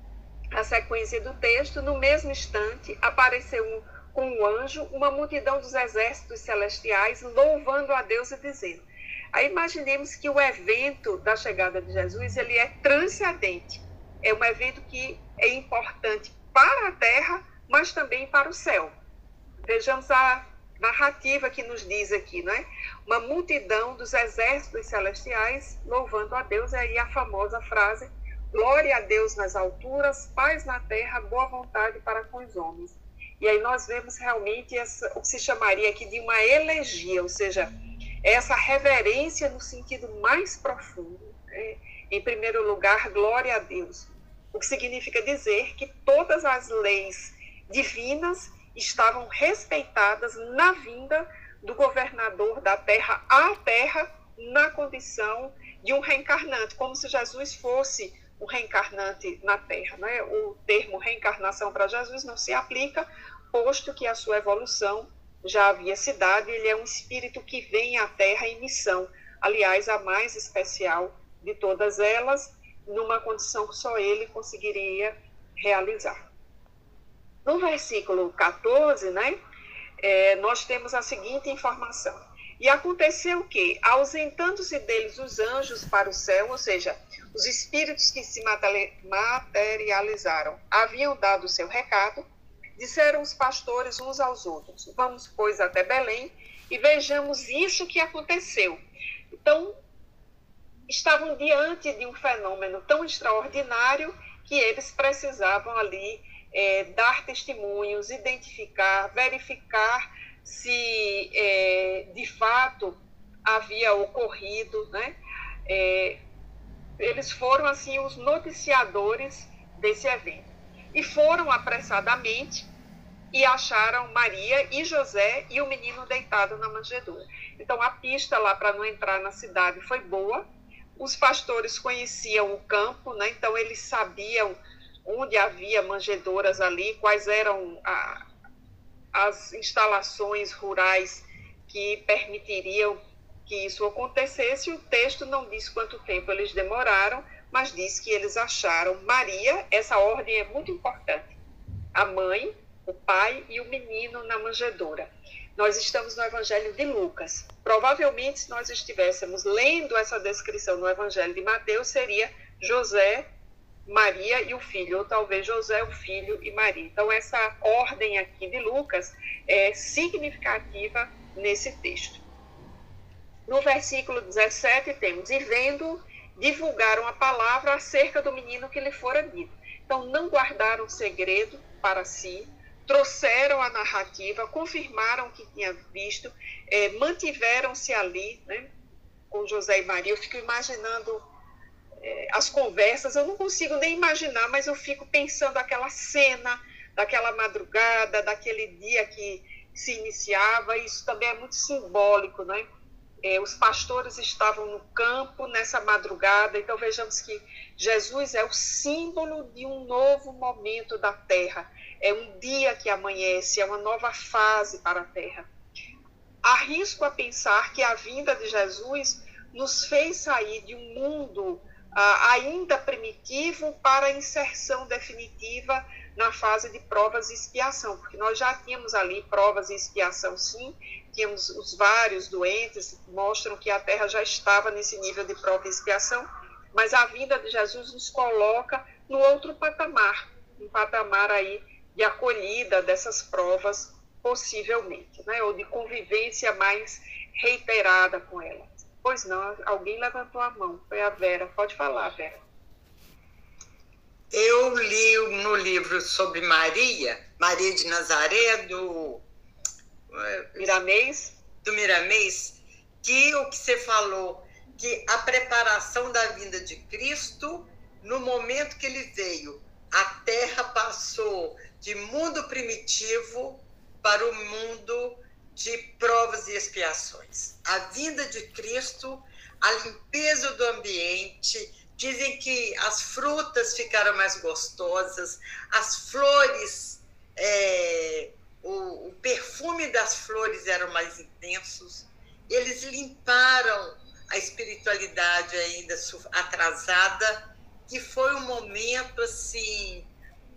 a sequência do texto, no mesmo instante, apareceu um, com um anjo uma multidão dos exércitos celestiais louvando a Deus e dizendo. Aí imaginemos que o evento da chegada de Jesus, ele é transcendente. É um evento que é importante para a terra, mas também para o céu. Vejamos a narrativa que nos diz aqui, né? Uma multidão dos exércitos celestiais louvando a Deus, e aí a famosa frase, glória a Deus nas alturas, paz na terra, boa vontade para com os homens. E aí nós vemos realmente essa, o que se chamaria aqui de uma elegia, ou seja, essa reverência no sentido mais profundo. Né? Em primeiro lugar, glória a Deus, o que significa dizer que todas as leis divinas estavam respeitadas na vinda do governador da terra à terra, na condição de um reencarnante, como se Jesus fosse o reencarnante na terra. Né? O termo reencarnação para Jesus não se aplica, posto que a sua evolução já havia se dado, ele é um espírito que vem à terra em missão, aliás, a mais especial de todas elas, numa condição que só ele conseguiria realizar. No versículo catorze, né, é, nós temos a seguinte informação. E aconteceu que, ausentando-se deles os anjos para o céu, ou seja, os espíritos que se materializaram haviam dado o seu recado, disseram os pastores uns aos outros, vamos, pois, até Belém e vejamos isso que aconteceu. Então, estavam diante de um fenômeno tão extraordinário que eles precisavam ali é, dar testemunhos, identificar, verificar se é, de fato havia ocorrido, né? É, eles foram assim os noticiadores desse evento e foram apressadamente e acharam Maria e José e o menino deitado na manjedoura. Então a pista lá para não entrar na cidade foi boa. Os pastores conheciam o campo, né? Então eles sabiam onde havia manjedouras ali, quais eram a, as instalações rurais que permitiriam que isso acontecesse. O texto não diz quanto tempo eles demoraram, mas diz que eles acharam Maria, essa ordem é muito importante, a mãe, o pai e o menino na manjedoura. Nós estamos no Evangelho de Lucas. Provavelmente, se nós estivéssemos lendo essa descrição no Evangelho de Mateus, seria José, Maria e o filho, ou talvez José, o filho e Maria. Então, essa ordem aqui de Lucas é significativa nesse texto. No versículo dezessete temos, e vendo, divulgaram a palavra acerca do menino que lhe fora dito. Então, não guardaram segredo para si, trouxeram a narrativa, confirmaram o que tinha visto, é, mantiveram-se ali, né, com José e Maria. Eu fico imaginando é, as conversas, eu não consigo nem imaginar, mas eu fico pensando aquela cena, daquela madrugada, daquele dia que se iniciava. Isso também é muito simbólico, né? É, os pastores estavam no campo nessa madrugada, então vejamos que Jesus é o símbolo de um novo momento da terra, é um dia que amanhece, é uma nova fase para a terra. Arrisco a pensar que a vinda de Jesus nos fez sair de um mundo ah, ainda primitivo para a inserção definitiva na fase de provas e expiação, porque nós já tínhamos ali provas e expiação, sim, tínhamos os vários doentes, mostram que a Terra já estava nesse nível de prova e expiação, mas a vinda de Jesus nos coloca no outro patamar, um patamar aí de acolhida dessas provas, possivelmente, né, ou de convivência mais reiterada com ela. Pois não, alguém levantou a mão, foi a Vera. Pode falar, Vera. Eu li no livro sobre Maria, Maria de Nazaré, do Miramês, do Miramês, que o que você falou, que a preparação da vinda de Cristo, no momento que ele veio, a Terra passou de mundo primitivo para o mundo de provas e expiações. A vinda de Cristo, a limpeza do ambiente, dizem que as frutas ficaram mais gostosas, as flores, é, o, o perfume das flores eram mais intensos, eles limparam a espiritualidade ainda atrasada, que foi um momento, assim,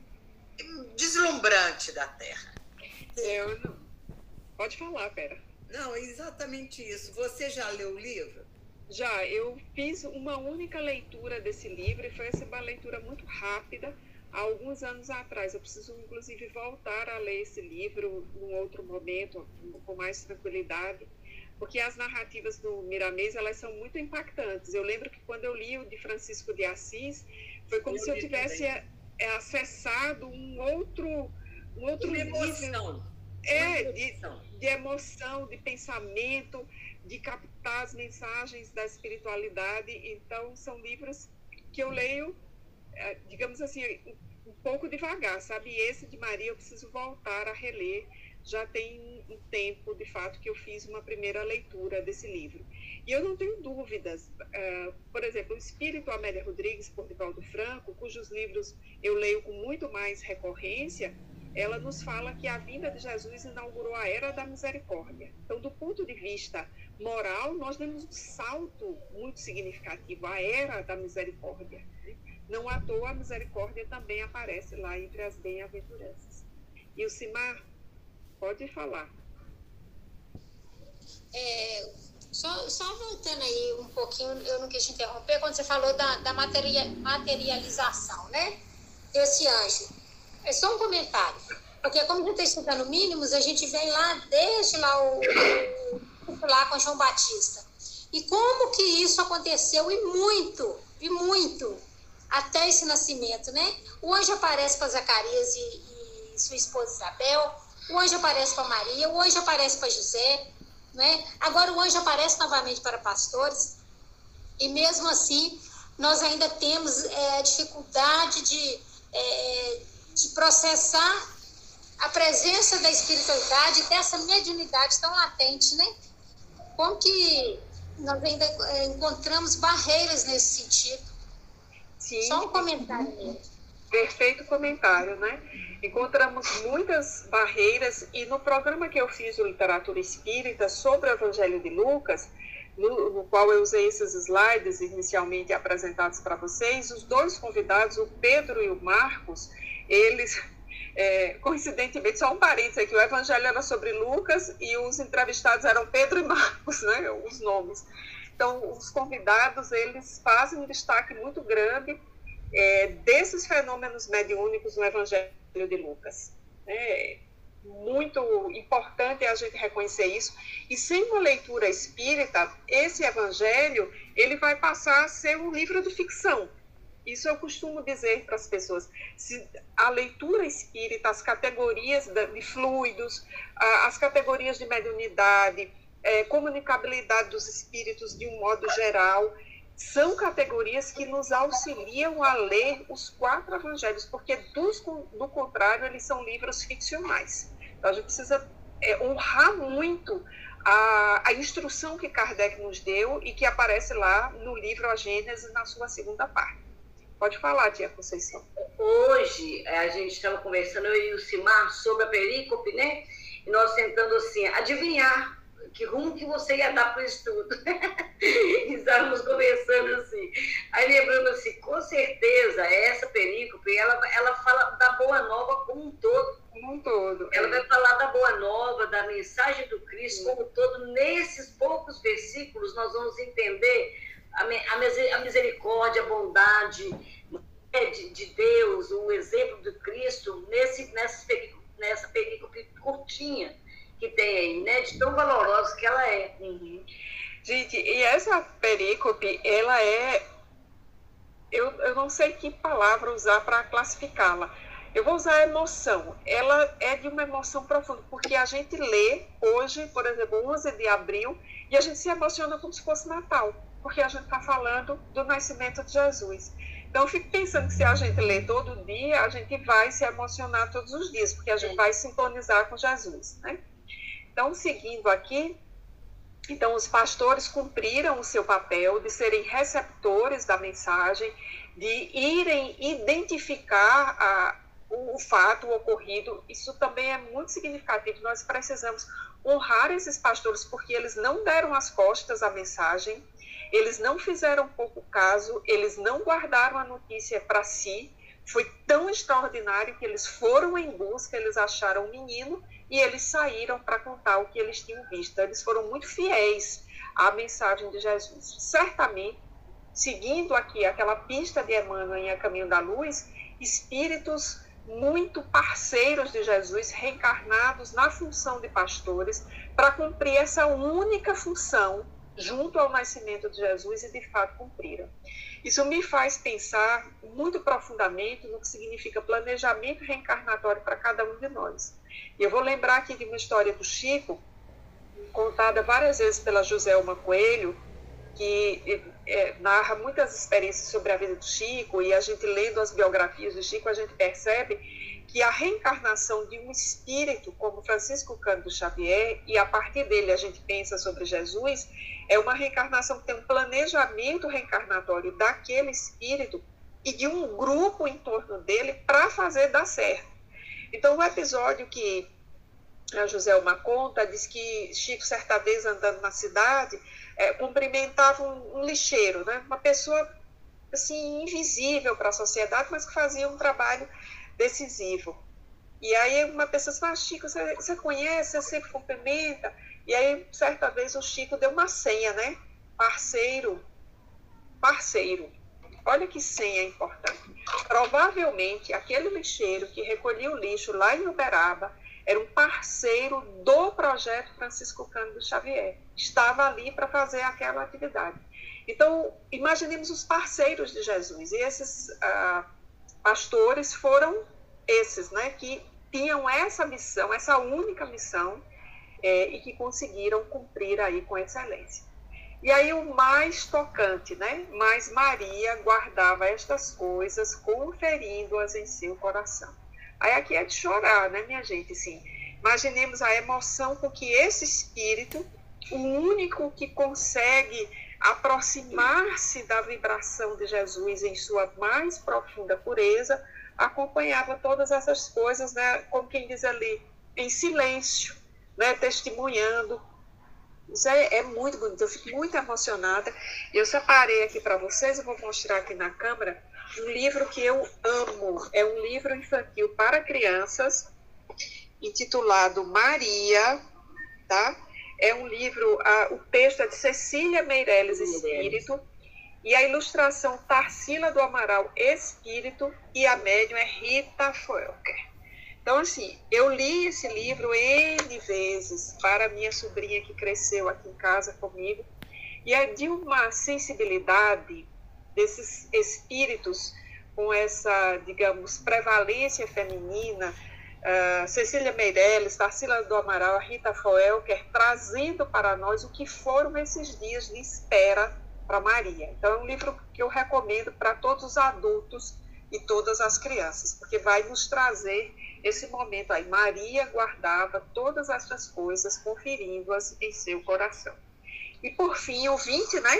deslumbrante da Terra. Eu não... Pode falar, Vera. Não, é exatamente isso. Você já leu o livro? Já, eu fiz uma única leitura desse livro e foi assim, uma leitura muito rápida, há alguns anos atrás. Eu preciso, inclusive, voltar a ler esse livro num outro momento, com mais tranquilidade, porque as narrativas do Miramês, elas são muito impactantes. Eu lembro que quando eu li o de Francisco de Assis, foi como eu se eu tivesse também. acessado um outro, um outro Uma nível. emoção. É, de, de emoção, de pensamento, de captar as mensagens da espiritualidade. Então, são livros que eu leio, digamos assim, um pouco devagar, sabe? E esse de Maria eu preciso voltar a reler. Já tem um tempo, de fato, que eu fiz uma primeira leitura desse livro. E eu não tenho dúvidas. Uh, por exemplo, O Espírito Amélia Rodrigues, por Divaldo Franco, cujos livros eu leio com muito mais recorrência, ela nos fala que a vinda de Jesus inaugurou a Era da Misericórdia. Então, do ponto de vista moral, nós demos um salto muito significativo, a Era da Misericórdia. Não à toa, a misericórdia também aparece lá entre as bem-aventuranças. E o Simar, pode falar. É, só, só voltando aí um pouquinho, eu não quis te interromper, quando você falou da, da materia, materialização, né, desse anjo. É só um comentário, porque como a gente está estudando mínimos, a gente vem lá desde lá, o, o, lá com João Batista. E como que isso aconteceu, e muito, e muito, até esse nascimento, né? O anjo aparece para Zacarias e, e sua esposa Isabel, o anjo aparece para Maria, o anjo aparece para José, né? Agora o anjo aparece novamente para pastores, e mesmo assim, nós ainda temos é, dificuldade de... É, de processar a presença da espiritualidade, dessa mediunidade tão latente, né? Como que nós ainda é, encontramos barreiras nesse sentido? Sim. Só um comentário mesmo. Perfeito comentário, né? Encontramos muitas barreiras, e no programa que eu fiz de Literatura Espírita sobre o Evangelho de Lucas, no, no qual eu usei esses slides inicialmente apresentados para vocês, os dois convidados, o Pedro e o Marcos, eles, é, coincidentemente, só um parênteses aqui, o evangelho era sobre Lucas e os entrevistados eram Pedro e Marcos, né, os nomes. Então, os convidados, eles fazem um destaque muito grande é, desses fenômenos mediúnicos no evangelho de Lucas. É muito importante a gente reconhecer isso. E sem uma leitura espírita, esse evangelho, ele vai passar a ser um livro de ficção. Isso eu costumo dizer para as pessoas. Se a leitura espírita, as categorias de fluidos, as categorias de mediunidade, é, comunicabilidade dos espíritos de um modo geral, são categorias que nos auxiliam a ler os quatro evangelhos, porque dos, do contrário, eles são livros ficcionais. Então a gente precisa é, honrar muito a, a instrução que Kardec nos deu e que aparece lá no livro A Gênese, na sua segunda parte. Pode falar, tia Conceição. Hoje, a gente estava conversando, eu e o Simar, sobre a perícope, né? E nós tentando, assim, adivinhar que rumo que você ia dar para o estudo. Estávamos conversando assim. Aí lembrando assim, com certeza, essa perícope, ela, ela fala da Boa Nova como um todo. Como um todo. Ela é. vai falar da Boa Nova, da mensagem do Cristo como um todo. Nesses poucos versículos, nós vamos entender a, a misericórdia, a bondade de, de Deus, o exemplo do Cristo, nesse, nessa perícope, nessa perícope curtinha que tem aí, né? De tão valorosa que ela é. Uhum. Gente, e essa perícope, ela é... Eu, eu não sei que palavra usar para classificá-la. Eu vou usar emoção. Ela é de uma emoção profunda, porque a gente lê hoje, por exemplo, onze de abril, e a gente se emociona como se fosse Natal, porque a gente está falando do nascimento de Jesus. Então, eu fico pensando que se a gente lê todo dia, a gente vai se emocionar todos os dias, porque a gente vai sintonizar com Jesus, né? Então, seguindo aqui, então os pastores cumpriram o seu papel de serem receptores da mensagem, de irem identificar a, o, o fato ocorrido. Isso também é muito significativo. Nós precisamos honrar esses pastores, porque eles não deram as costas à mensagem, eles não fizeram pouco caso, eles não guardaram a notícia para si. Foi tão extraordinário que eles foram em busca, eles acharam o menino e eles saíram para contar o que eles tinham visto. Eles foram muito fiéis à mensagem de Jesus. Certamente, seguindo aqui aquela pista de Emmanuel em A Caminho da Luz, espíritos muito parceiros de Jesus, reencarnados na função de pastores, para cumprir essa única função junto ao nascimento de Jesus, e de fato cumpriram. Isso me faz pensar muito profundamente no que significa planejamento reencarnatório para cada um de nós. E eu vou lembrar aqui de uma história do Chico, contada várias vezes pela Joselma Coelho, que é, narra muitas experiências sobre a vida do Chico, e a gente lendo as biografias do Chico, a gente percebe que a reencarnação de um espírito como Francisco Cândido Xavier, e a partir dele a gente pensa sobre Jesus, é uma reencarnação que tem um planejamento reencarnatório daquele espírito e de um grupo em torno dele para fazer dar certo. Então, o episódio que a Joselma conta, diz que Chico, certa vez andando na cidade, é, cumprimentava um, um lixeiro, né? Uma pessoa assim, invisível para a sociedade, mas que fazia um trabalho decisivo. E aí uma pessoa disse, ah, Chico, você, você conhece, você sempre cumprimenta. E aí, certa vez, o Chico deu uma senha, né? Parceiro, parceiro. Olha que senha importante. Provavelmente, aquele lixeiro que recolhia o lixo lá em Uberaba era um parceiro do projeto Francisco Cândido Xavier. Estava ali para fazer aquela atividade. Então, imaginemos os parceiros de Jesus. E esses ah, pastores foram esses, né? Que tinham essa missão, essa única missão, É, e que conseguiram cumprir aí com excelência. E aí o mais tocante, né? Mas Maria guardava estas coisas, conferindo-as em seu coração. Aí aqui é de chorar, né, minha gente? Assim, imaginemos a emoção com que esse espírito, o único que consegue aproximar-se da vibração de Jesus em sua mais profunda pureza, acompanhava todas essas coisas, né? Como quem diz ali, em silêncio, né, testemunhando. Isso é, é muito bonito, eu fico muito emocionada. Eu separei aqui para vocês, eu vou mostrar aqui na câmera, um livro que eu amo. É um livro infantil para crianças, intitulado Maria, tá? É um livro, a, o texto é de Cecília Meirelles Espírito, e a ilustração Tarsila do Amaral Espírito, e a médium é Rita Foelker. Então, assim, eu li esse livro N vezes para minha sobrinha que cresceu aqui em casa comigo, e é de uma sensibilidade desses espíritos com essa, digamos, prevalência feminina, uh, Cecília Meirelles, Tarsila do Amaral, Rita Foelker, trazendo para nós o que foram esses dias de espera para Maria. Então, é um livro que eu recomendo para todos os adultos e todas as crianças, porque vai nos trazer esse momento aí. Maria guardava todas essas coisas, conferindo-as em seu coração. E por fim, o vinte, né?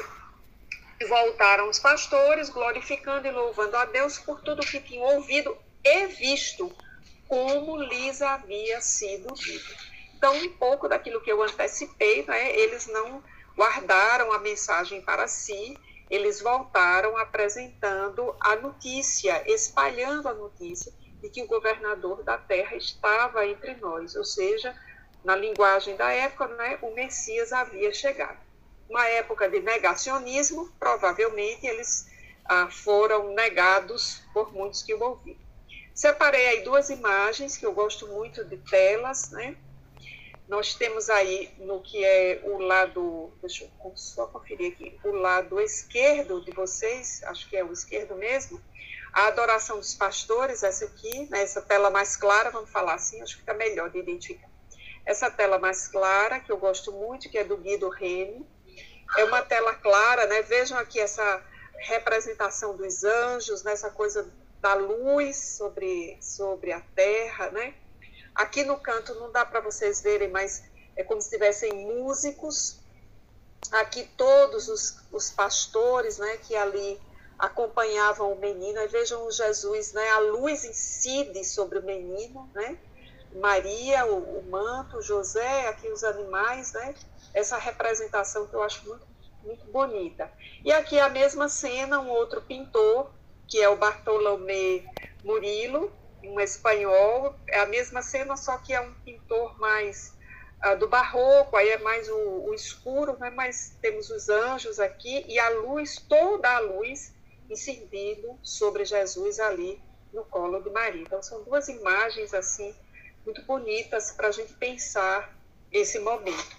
Voltaram os pastores, glorificando e louvando a Deus por tudo que tinham ouvido e visto, como lhes havia sido dito. Então, um pouco daquilo que eu antecipei, né, eles não guardaram a mensagem para si, eles voltaram apresentando a notícia, espalhando a notícia de que o governador da terra estava entre nós, ou seja, na linguagem da época, né, o Messias havia chegado. Uma época de negacionismo, provavelmente eles ah, foram negados por muitos que o ouviram. Separei aí duas imagens que eu gosto muito de telas, né? Nós temos aí no que é o lado, deixa eu só conferir aqui, o lado esquerdo de vocês, acho que é o esquerdo mesmo, a adoração dos pastores, essa aqui, né, essa tela mais clara, vamos falar assim, acho que fica melhor de identificar. Essa tela mais clara, que eu gosto muito, que é do Guido Reni, é uma tela clara, né? Vejam aqui essa representação dos anjos, né? Essa coisa da luz sobre, sobre a terra, né? Aqui no canto não dá para vocês verem, mas é como se tivessem músicos. Aqui todos os, os pastores, né? Que ali acompanhavam o menino. Aí vejam o Jesus, né? A luz incide sobre o menino, né? Maria, o, o manto, José, aqui os animais, né? Essa representação que eu acho muito, muito bonita. E aqui a mesma cena, um outro pintor, que é o Bartolomé Murillo, um espanhol, é a mesma cena, só que é um pintor mais uh, do barroco, aí é mais o, o escuro, né? Mas temos os anjos aqui e a luz, toda a luz incidindo sobre Jesus ali no colo de Maria. Então são duas imagens assim muito bonitas para a gente pensar esse momento.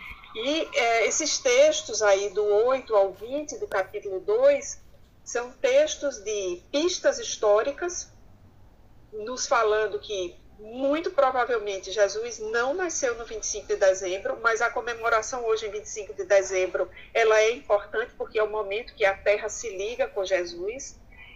E é, esses textos aí do oito ao vinte do capítulo dois são textos de pistas históricas, nos falando que muito provavelmente Jesus não nasceu no vinte e cinco de dezembro, mas a comemoração hoje em vinte e cinco de dezembro ela é importante porque é o momento que a Terra se liga com Jesus.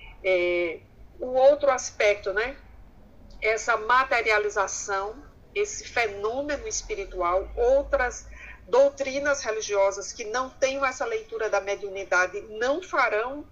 É, o outro aspecto, né? Essa materialização, esse fenômeno espiritual, outras doutrinas religiosas que não tenham essa leitura da mediunidade não farão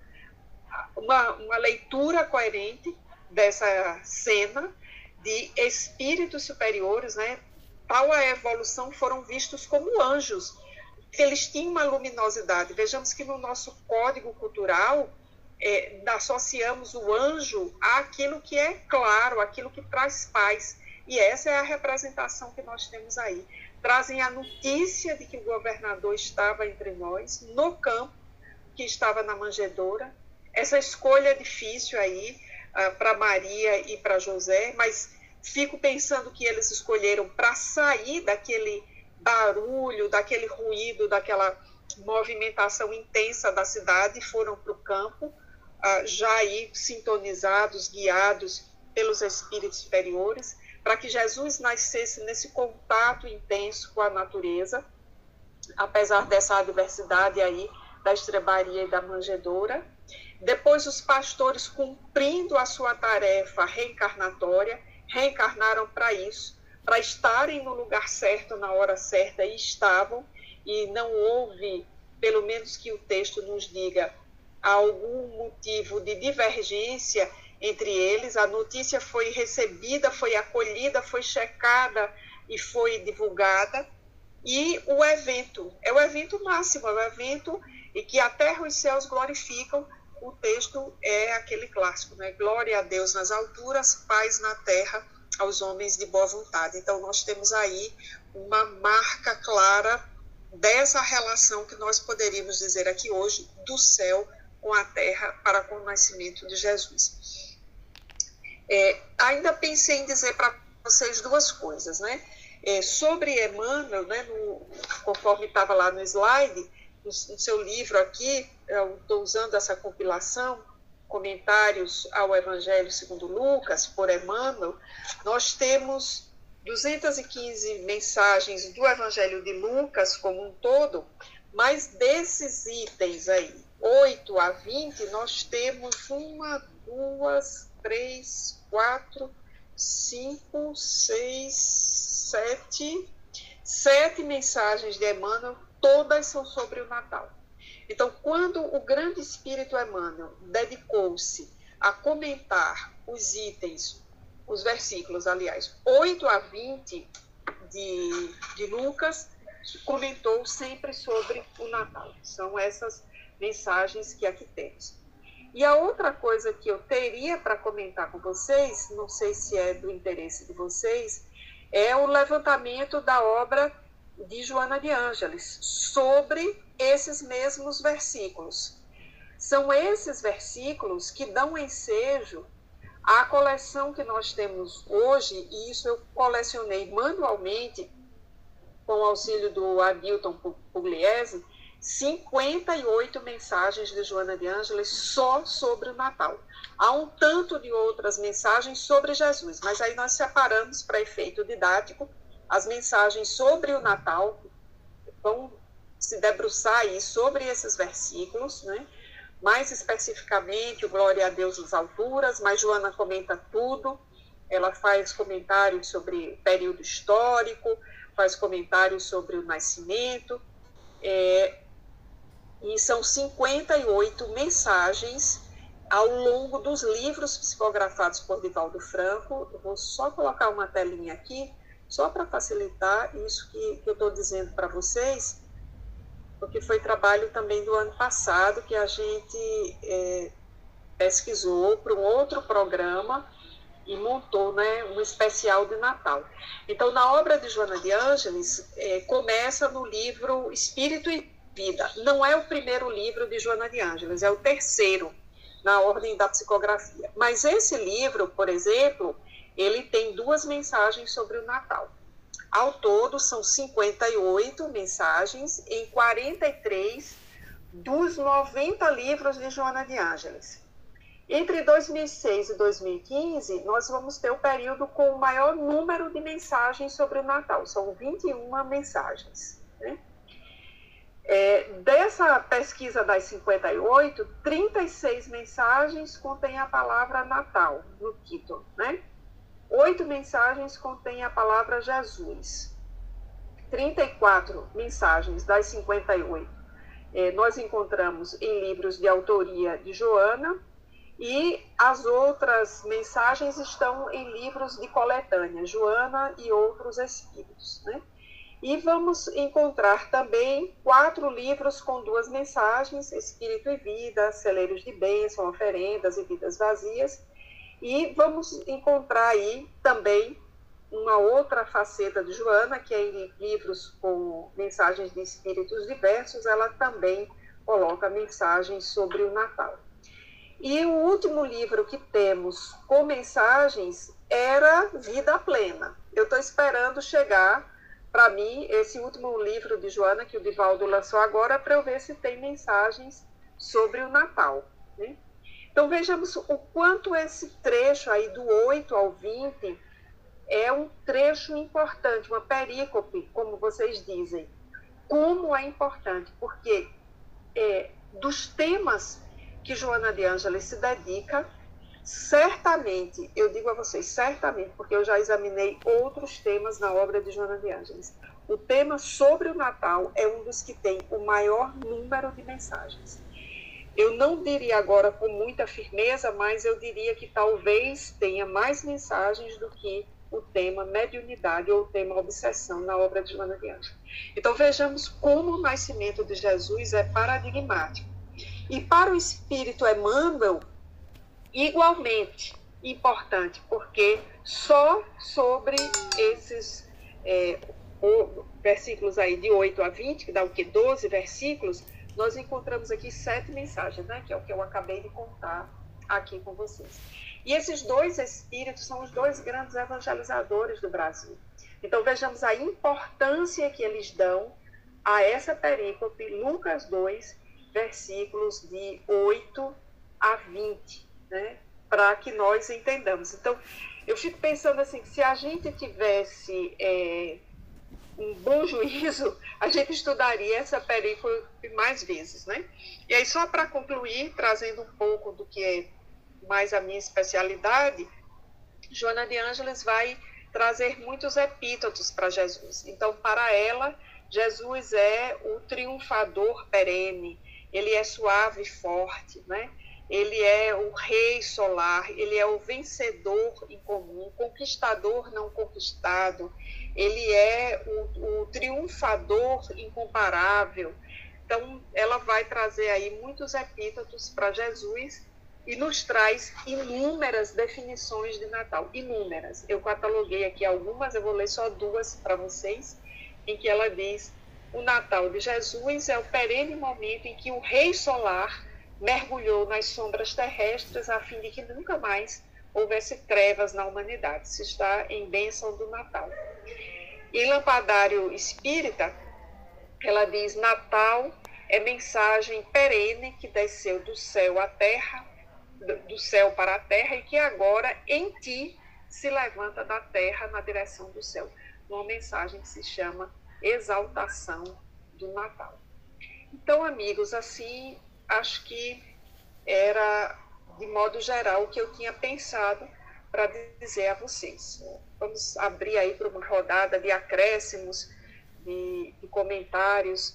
uma, uma leitura coerente dessa cena de espíritos superiores, né? Tal a evolução foram vistos como anjos, eles tinham uma luminosidade. Vejamos que no nosso código cultural é, associamos o anjo àquilo que é claro, aquilo que traz paz. E essa é a representação que nós temos aí. Trazem a notícia de que o governador estava entre nós, no campo, que estava na manjedoura. Essa escolha difícil aí uh, para Maria e para José, mas fico pensando que eles escolheram para sair daquele barulho, daquele ruído, daquela movimentação intensa da cidade e foram para o campo, uh, já aí sintonizados, guiados pelos espíritos superiores, para que Jesus nascesse nesse contato intenso com a natureza, apesar dessa adversidade aí da estrebaria e da manjedoura. Depois os pastores, cumprindo a sua tarefa reencarnatória, reencarnaram para isso, para estarem no lugar certo, na hora certa, e estavam, e não houve, pelo menos que o texto nos diga, algum motivo de divergência entre eles. A notícia foi recebida, foi acolhida, foi checada e foi divulgada. E o evento, é o evento máximo, é o evento em que a terra e os céus glorificam. O texto é aquele clássico, né? Glória a Deus nas alturas, paz na terra aos homens de boa vontade. Então nós temos aí uma marca clara dessa relação que nós poderíamos dizer aqui hoje do céu com a terra para com o nascimento de Jesus. É, ainda pensei em dizer para vocês duas coisas, né? É, sobre Emmanuel, né, no, conforme estava lá no slide, no, no seu livro aqui, eu estou usando essa compilação, comentários ao Evangelho segundo Lucas, por Emmanuel, nós temos duzentas e quinze mensagens do Evangelho de Lucas como um todo, mas desses itens aí, oito a vinte, nós temos uma, duas, três, quatro, cinco, seis, sete, sete mensagens de Emmanuel, todas são sobre o Natal. Então, quando o grande espírito Emmanuel dedicou-se a comentar os itens, os versículos, aliás, oito a vinte de, de Lucas comentou sempre sobre o Natal. São essas mensagens que aqui temos. E a outra coisa que eu teria para comentar com vocês, não sei se é do interesse de vocês, é o levantamento da obra de Joana de Ângeles sobre esses mesmos versículos. São esses versículos que dão ensejo à coleção que nós temos hoje, e isso eu colecionei manualmente com o auxílio do Hamilton Pugliese, cinquenta e oito mensagens de Joana de Ângeles só sobre o Natal. Há um tanto de outras mensagens sobre Jesus, mas aí nós separamos para efeito didático as mensagens sobre o Natal, vão se debruçar aí sobre esses versículos, né? Mais especificamente o Glória a Deus nas alturas, mas Joana comenta tudo, ela faz comentários sobre período histórico, faz comentários sobre o nascimento, é, e são cinquenta e oito mensagens ao longo dos livros psicografados por Divaldo Franco. Eu vou só colocar uma telinha aqui, só para facilitar isso que, que eu estou dizendo para vocês, porque foi trabalho também do ano passado que a gente é, pesquisou para um outro programa e montou, né, um especial de Natal. Então, na obra de Joana de Ângeles, é, começa no livro Espírito e Vida. Não é o primeiro livro de Joana de Ângeles, é o terceiro na ordem da psicografia. Mas esse livro, por exemplo, ele tem duas mensagens sobre o Natal. Ao todo, são cinquenta e oito mensagens em quarenta e três dos noventa livros de Joana de Ângeles. Entre dois mil e seis e dois mil e quinze, nós vamos ter o período com o maior número de mensagens sobre o Natal. São vinte e uma mensagens, né? É, dessa pesquisa das cinquenta e oito, trinta e seis mensagens contêm a palavra Natal no título, né? Oito mensagens contêm a palavra Jesus. trinta e quatro mensagens das cinquenta e oito é, nós encontramos em livros de autoria de Joana, e as outras mensagens estão em livros de coletânea, Joana e outros espíritos, né? E vamos encontrar também quatro livros com duas mensagens, Espírito e Vida, Celeiros de Bênção, Oferendas e Vidas Vazias. E vamos encontrar aí também uma outra faceta de Joana, que é em livros com mensagens de espíritos diversos, ela também coloca mensagens sobre o Natal. E o último livro que temos com mensagens era Vida Plena. Eu estou esperando chegar para mim esse último livro de Joana, que o Divaldo lançou agora, para eu ver se tem mensagens sobre o Natal, né? Então vejamos o quanto esse trecho aí do oito ao vinte é um trecho importante, uma perícope, como vocês dizem. Como é importante, porque é, dos temas que Joana de Ângeles se dedica, certamente, eu digo a vocês, certamente, porque eu já examinei outros temas na obra de Joana de Ângeles, o tema sobre o Natal é um dos que tem o maior número de mensagens. Eu não diria agora com muita firmeza, mas eu diria que talvez tenha mais mensagens do que o tema mediunidade ou o tema obsessão na obra de Joana de Ângeles. Então vejamos como o nascimento de Jesus é paradigmático. E para o Espírito Emmanuel, igualmente importante, porque só sobre esses é, o, versículos aí de oito a vinte, que dá o quê? doze versículos, nós encontramos aqui sete mensagens, né? Que é o que eu acabei de contar aqui com vocês. E esses dois espíritos são os dois grandes evangelizadores do Brasil. Então vejamos a importância que eles dão a essa perícope, Lucas dois, versículos de oito a vinte, né? Para que nós entendamos. Então, eu fico pensando assim, que se a gente tivesse é, um bom juízo, a gente estudaria essa perícope mais vezes, né? E aí, só para concluir, trazendo um pouco do que é mais a minha especialidade, Joana de Ângeles vai trazer muitos epítetos para Jesus. Então, para ela, Jesus é o triunfador perene, ele é suave e forte, né? Ele é o rei solar, ele é o vencedor incomum, conquistador não conquistado, ele é o, o triunfador incomparável. Então, ela vai trazer aí muitos epítetos para Jesus e nos traz inúmeras definições de Natal, inúmeras. Eu cataloguei aqui algumas, eu vou ler só duas para vocês, em que ela diz: o Natal de Jesus é o perene momento em que o Rei Solar mergulhou nas sombras terrestres a fim de que nunca mais houvesse trevas na humanidade. Isso está em Bênção do Natal. Em Lampadário Espírita, ela diz: Natal é mensagem perene que desceu do céu à terra, do céu para a terra, e que agora em ti se levanta da terra na direção do céu. Uma mensagem que se chama exaltação do Natal. Então, amigos, assim, acho que era, de modo geral, o que eu tinha pensado para dizer a vocês. Vamos abrir aí para uma rodada de acréscimos, de, de comentários,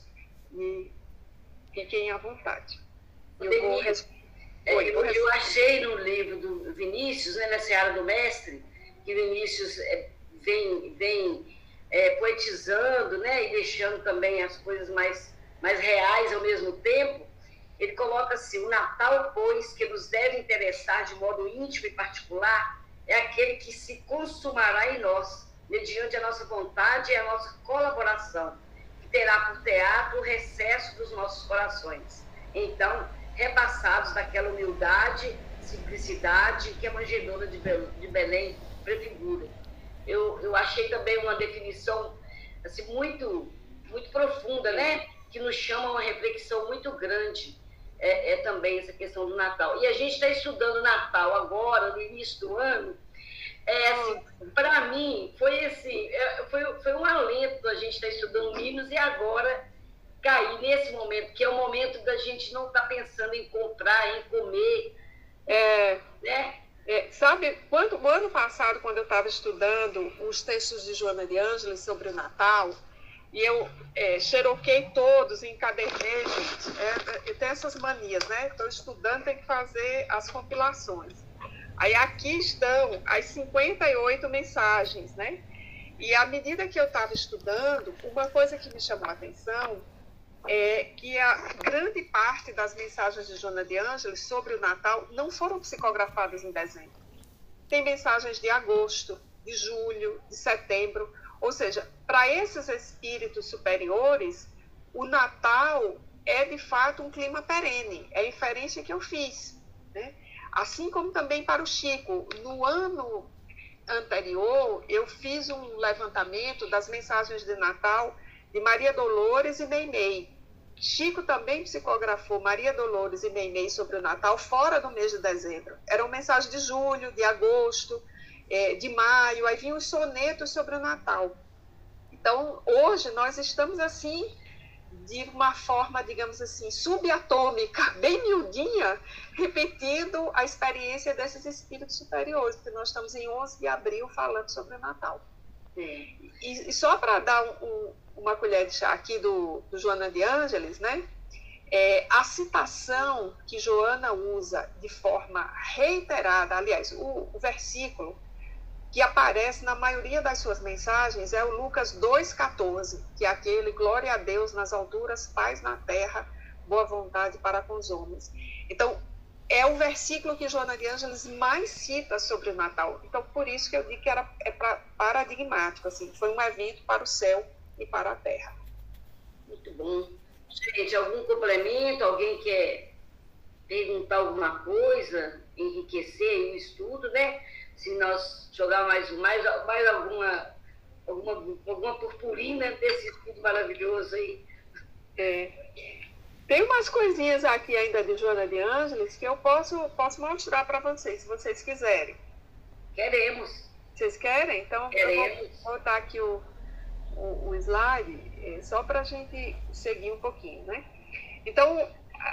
e fiquem à vontade. Eu vou responder. Eu, eu achei no livro do Vinícius, né, na Seara do Mestre, que Vinícius é, vem, vem é, poetizando, né, e deixando também as coisas mais, mais reais ao mesmo tempo. Ele coloca assim: o Natal, pois, que nos deve interessar de modo íntimo e particular, é aquele que se consumará em nós, mediante a nossa vontade e a nossa colaboração, que terá por teatro o recesso dos nossos corações. Então, repassados daquela humildade, simplicidade que a manjedoura de Belém prefigura. Eu, eu achei também uma definição assim, muito, muito profunda, né? Que nos chama a uma reflexão muito grande, é, é também essa questão do Natal. E a gente está estudando Natal agora, no início do ano. É, assim, para mim, foi, assim, é, foi, foi um alento a gente estar tá estudando livros e agora cair nesse momento, que é o momento da gente não estar tá pensando em comprar, em comer. É, né? é, sabe, quando, o ano passado, quando eu estava estudando os textos de Joana de Ângeles sobre o Natal, e eu é, xeroquei todos, encadernei, gente, é, eu tenho essas manias, né? Estou estudando, tem que fazer as compilações. Aí aqui estão as cinquenta e oito mensagens, né? E à medida que eu estava estudando, uma coisa que me chamou a atenção é que a grande parte das mensagens de Joana de Ângeles sobre o Natal não foram psicografadas em dezembro. Tem mensagens de agosto, de julho, de setembro. Ou seja, para esses espíritos superiores, o Natal é de fato um clima perene. É a inferência que eu fiz, né? Assim como também para o Chico. No ano anterior, eu fiz um levantamento das mensagens de Natal de Maria Dolores e Meimei. Chico também psicografou Maria Dolores e Meimei sobre o Natal fora do mês de dezembro. Eram mensagens de julho, de agosto, é, de maio, aí vinham os sonetos sobre o Natal. Então, hoje nós estamos assim, de uma forma, digamos assim, subatômica, bem miudinha, repetindo a experiência desses espíritos superiores, porque nós estamos em onze de abril falando sobre o Natal. E, e só para dar um, um, uma colher de chá aqui do, do Joana de Ângeles, né? É, a citação que Joana usa de forma reiterada, aliás, o, o versículo que aparece na maioria das suas mensagens é o Lucas dois, quatorze, que é aquele: glória a Deus nas alturas, paz na terra, boa vontade para com os homens. Então, é o versículo que Joana de Ângeles mais cita sobre o Natal. Então, por isso que eu digo que era, é pra, paradigmático, assim, foi um evento para o céu e para a terra. Muito bom. Gente, algum complemento? Alguém quer perguntar alguma coisa, enriquecer o estudo, né? Se nós jogar mais, mais, mais alguma, alguma, alguma purpurina desse estudo maravilhoso aí. É. Tem umas coisinhas aqui ainda de Joana de Ângeles que eu posso, posso mostrar para vocês, se vocês quiserem. Queremos. Vocês querem? Então, Queremos. Eu vou botar aqui o, o, o slide, é, só para a gente seguir um pouquinho, né? Então,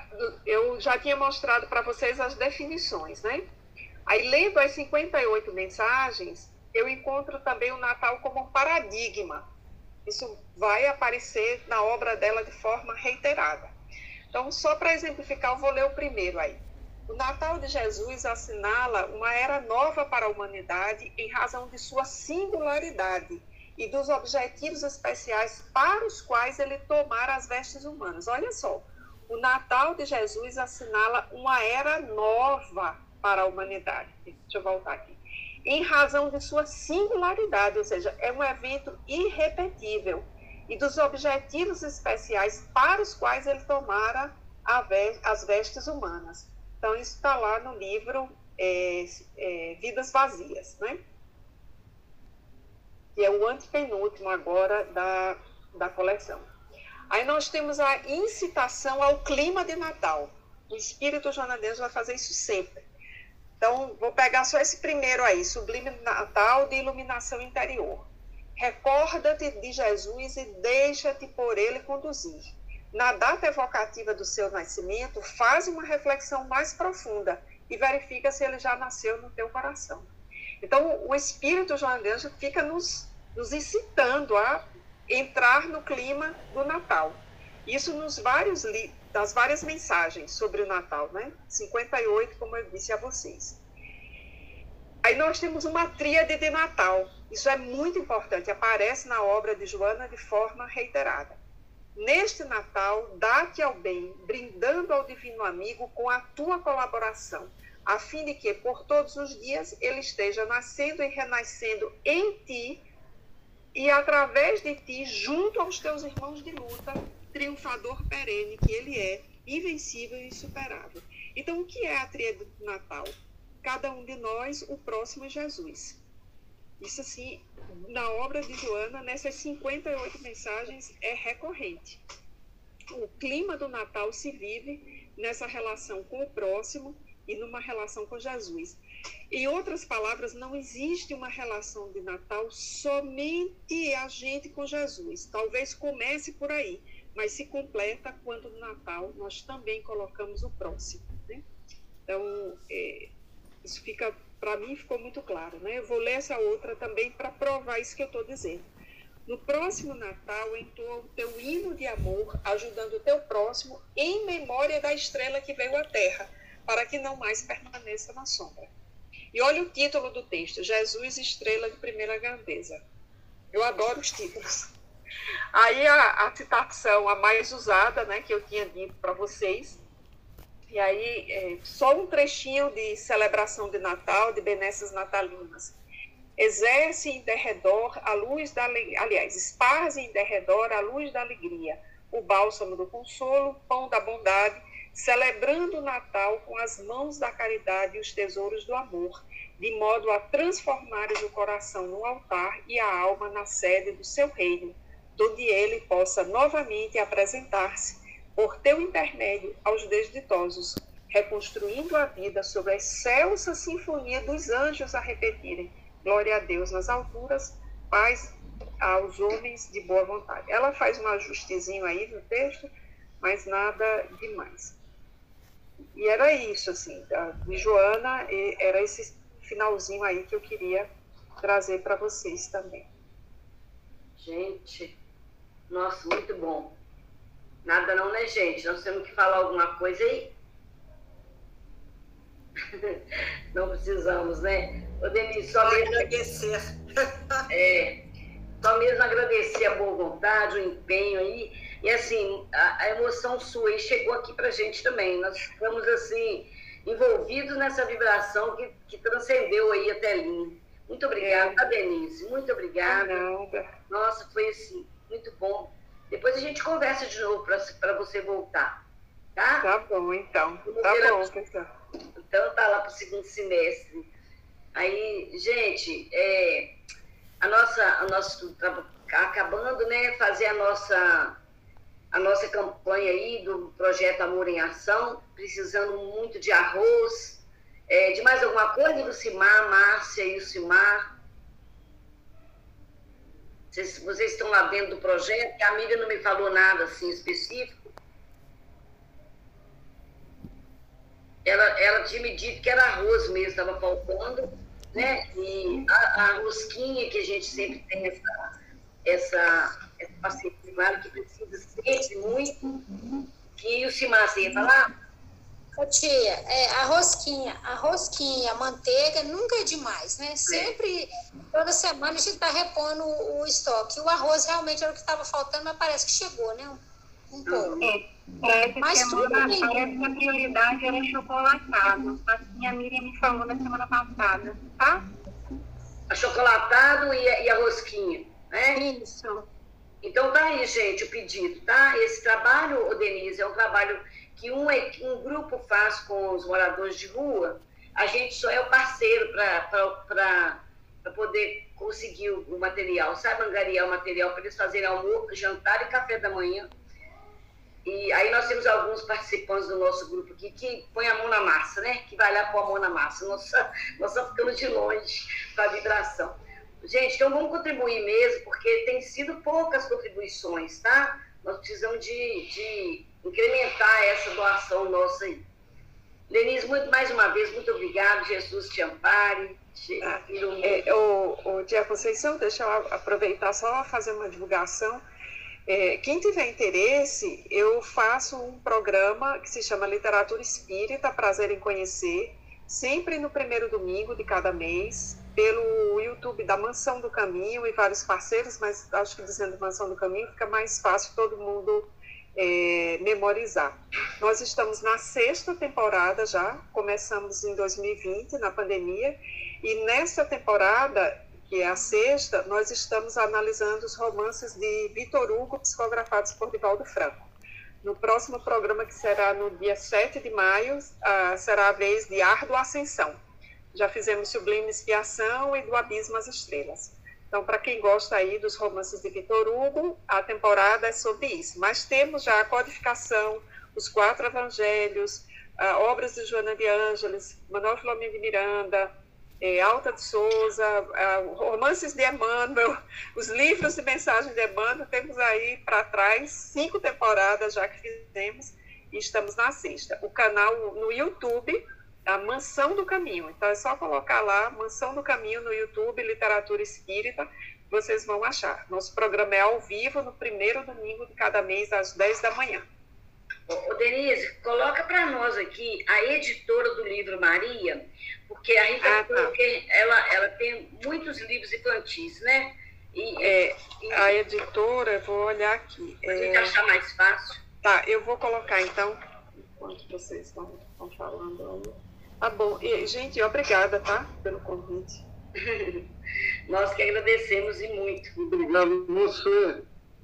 eu já tinha mostrado para vocês as definições, né? Aí, lendo as cinquenta e oito mensagens, eu encontro também o Natal como um paradigma. Isso vai aparecer na obra dela de forma reiterada. Então, só para exemplificar, eu vou ler o primeiro aí. O Natal de Jesus assinala uma era nova para a humanidade em razão de sua singularidade e dos objetivos especiais para os quais ele tomara as vestes humanas. Olha só, o Natal de Jesus assinala uma era nova para a humanidade. Deixa eu voltar aqui. Em razão de sua singularidade, ou seja, é um evento irrepetível, e dos objetivos especiais para os quais ele tomara as vestes humanas. Então, isso está lá no livro é, é, Vidas Vazias, né? Que é o antepenúltimo agora da, da coleção. Aí nós temos a incitação ao clima de Natal. O Espírito Joana de Deus vai fazer isso sempre. Então, vou pegar só esse primeiro aí, Sublime Natal de Iluminação Interior. Recorda-te de Jesus e deixa-te por ele conduzir. Na data evocativa do seu nascimento, faz uma reflexão mais profunda e verifica se ele já nasceu no teu coração. Então, o Espírito Joana de Deus fica nos, nos incitando a entrar no clima do Natal. Isso nos vários das várias mensagens sobre o Natal, né? cinquenta e oito, como eu disse a vocês. Aí nós temos uma tríade de Natal. Isso é muito importante, aparece na obra de Joana de forma reiterada. Neste Natal, dá-te ao bem, brindando ao divino amigo com a tua colaboração, a fim de que, por todos os dias, ele esteja nascendo e renascendo em ti e, através de ti, junto aos teus irmãos de luta, triunfador perene que ele é, invencível e insuperável. Então, o que é a tríade do Natal? Cada um de nós, o próximo é Jesus. Isso, assim, na obra de Joana, nessas cinquenta e oito mensagens, é recorrente. O clima do Natal se vive nessa relação com o próximo e numa relação com Jesus. Em outras palavras, não existe uma relação de Natal somente a gente com Jesus. Talvez comece por aí, mas se completa quando no Natal nós também colocamos o próximo, né? Então, é, isso fica, para mim, ficou muito claro, né? Eu vou ler essa outra também para provar isso que eu estou dizendo. No próximo Natal, entoa o teu hino de amor, ajudando o teu próximo em memória da estrela que veio à Terra, para que não mais permaneça na sombra. E olha o título do texto, Jesus, estrela de primeira grandeza. Eu adoro os títulos. Aí a, a citação, a mais usada, né, que eu tinha dito para vocês, e aí é, só um trechinho de celebração de Natal, de benesses natalinas. Exerce em derredor a luz da alegria, aliás, esparze em derredor a luz da alegria, o bálsamo do consolo, pão da bondade, celebrando o Natal com as mãos da caridade e os tesouros do amor, de modo a transformares o coração no altar e a alma na sede do seu reino, donde ele possa novamente apresentar-se, por teu intermédio, aos desditosos, reconstruindo a vida sob a excelsa sinfonia dos anjos a repetirem: glória a Deus nas alturas, paz aos homens de boa vontade. Ela faz um ajustezinho aí no texto, mas nada demais. E era isso, assim, de Joana, era esse finalzinho aí que eu queria trazer para vocês também. Gente, nossa, muito bom. Nada não, né, gente? Nós temos que falar alguma coisa aí? Não precisamos, né? Ô, Denise, só mesmo agradecer. É, só mesmo agradecer a boa vontade, o empenho aí. E, assim, a, a emoção sua aí chegou aqui pra gente também. Nós ficamos, assim, envolvidos nessa vibração que, que transcendeu aí a telinha. Muito obrigada, é. Tá, Denise? Muito obrigada. Nada. Nossa, foi, assim, muito bom. Depois a gente conversa de novo para você voltar, tá? Tá bom, então. Tá bom, pessoal. Então, tá lá para o segundo semestre. Aí, gente, é, a nossa, a nossa, tá acabando, né, fazer a nossa, a nossa campanha aí do projeto Amor em Ação, precisando muito de arroz, é, de mais alguma coisa, do Cimar, Márcia e o Cimar. Vocês, vocês estão lá dentro do projeto, a Miriam não me falou nada assim específico. Ela, ela tinha me dito que era arroz mesmo, estava faltando, né? E a, a rosquinha que a gente sempre tem essa, essa, essa paciência, claro que precisa sempre muito. E o Cimar, você ia falar? Ô, tia, é, a rosquinha, a rosquinha, a manteiga nunca é demais, né? Sempre, toda semana a gente tá repondo o, o estoque. O arroz realmente era o que estava faltando, mas parece que chegou, né? Um, um pouco. É, para essa Mas semana, tudo bem. parece que a prioridade era chocolatado. Assim a Miriam me falou na semana passada, tá? Achocolatado e a, e a rosquinha, né? Isso. Então tá aí, gente, o pedido, tá? Esse trabalho, ô Denise, é um trabalho que um, um grupo faz com os moradores de rua. A gente só é o parceiro para poder conseguir o material, sabe? Angariar o material para eles fazerem almoço, jantar e café da manhã. E aí nós temos alguns participantes do nosso grupo aqui que põem a mão na massa, né? Que vai lá pôr a mão na massa. Nós, nós só ficamos de longe para a vibração. Gente, então vamos contribuir mesmo, porque tem sido poucas contribuições, tá? Nós precisamos de, de incrementar essa doação nossa aí. Denise, muito, mais uma vez, muito obrigado. Jesus te ampare. Te, Ah, filho, é, o, o Tia Conceição, deixa eu aproveitar só fazer uma divulgação. É, quem tiver interesse, eu faço um programa que se chama Literatura Espírita, Prazer em Conhecer, sempre no primeiro domingo de cada mês, pelo YouTube da Mansão do Caminho e vários parceiros, mas acho que dizendo Mansão do Caminho fica mais fácil todo mundo é, memorizar. Nós estamos na sexta temporada já, começamos em dois mil e vinte, na pandemia, e nessa temporada, que é a sexta, nós estamos analisando os romances de Vitor Hugo, psicografados por Divaldo Franco. No próximo programa, que será no dia sete de maio, uh, será a vez de Árdua Ascensão. Já fizemos Sublime Expiação e Do Abismo às Estrelas. Então, para quem gosta aí dos romances de Vitor Hugo, a temporada é sobre isso. Mas temos já a codificação, os quatro evangelhos, uh, obras de Joana de Ângeles, Manuel Filomeno de Miranda, É, Alta de Souza, uh, romances de Emmanuel, os livros de mensagem de Emmanuel, temos aí para trás cinco temporadas já que fizemos e estamos na sexta. O canal no YouTube, a Mansão do Caminho, então é só colocar lá, Mansão do Caminho no YouTube, Literatura Espírita, vocês vão achar. Nosso programa é ao vivo no primeiro domingo de cada mês, às dez da manhã. Ô, Denise, coloca para nós aqui a editora do livro Maria, porque a Rita ah, tá. ela, ela tem muitos livros infantis, né? E, é, e, a editora, vou olhar aqui. Para a é... gente achar mais fácil. Tá, eu vou colocar então, enquanto vocês estão, estão falando aí. Tá bom. E, gente, obrigada, tá? Pelo convite. Nós que agradecemos e muito. Obrigado a você.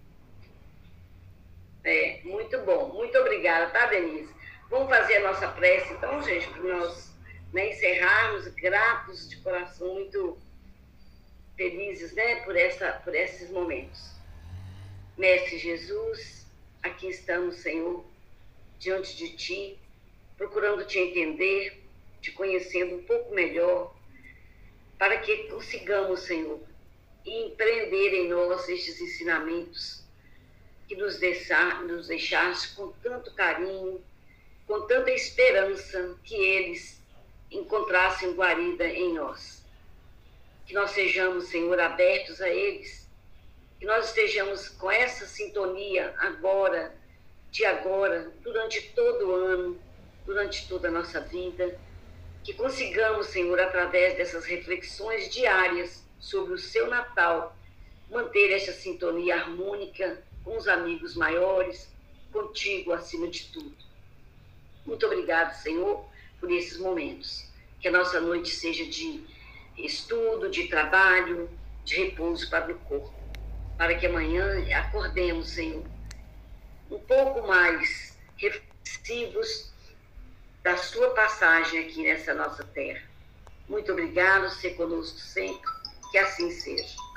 É, muito bom. Muito obrigada, tá, Denise? Vamos fazer a nossa prece, então, gente, para nós, né, encerrarmos gratos de coração, muito felizes, né, por, essa, por esses momentos. Mestre Jesus, aqui estamos, Senhor, diante de Ti, procurando Te entender, Te conhecendo um pouco melhor, para que consigamos, Senhor, empreender em nós estes ensinamentos que nos, deixar, nos deixaste com tanto carinho, com tanta esperança que eles encontrassem guarida em nós. Que nós sejamos, Senhor, abertos a eles, que nós estejamos com essa sintonia agora, de agora, durante todo o ano, durante toda a nossa vida, que consigamos, Senhor, através dessas reflexões diárias sobre o seu Natal, manter essa sintonia harmônica com os amigos maiores, contigo acima de tudo. Muito obrigado, Senhor, por esses momentos. Que a nossa noite seja de estudo, de trabalho, de repouso para o corpo. Para que amanhã acordemos, Senhor, um pouco mais reflexivos da sua passagem aqui nessa nossa terra. Muito obrigado, ser conosco sempre, que assim seja.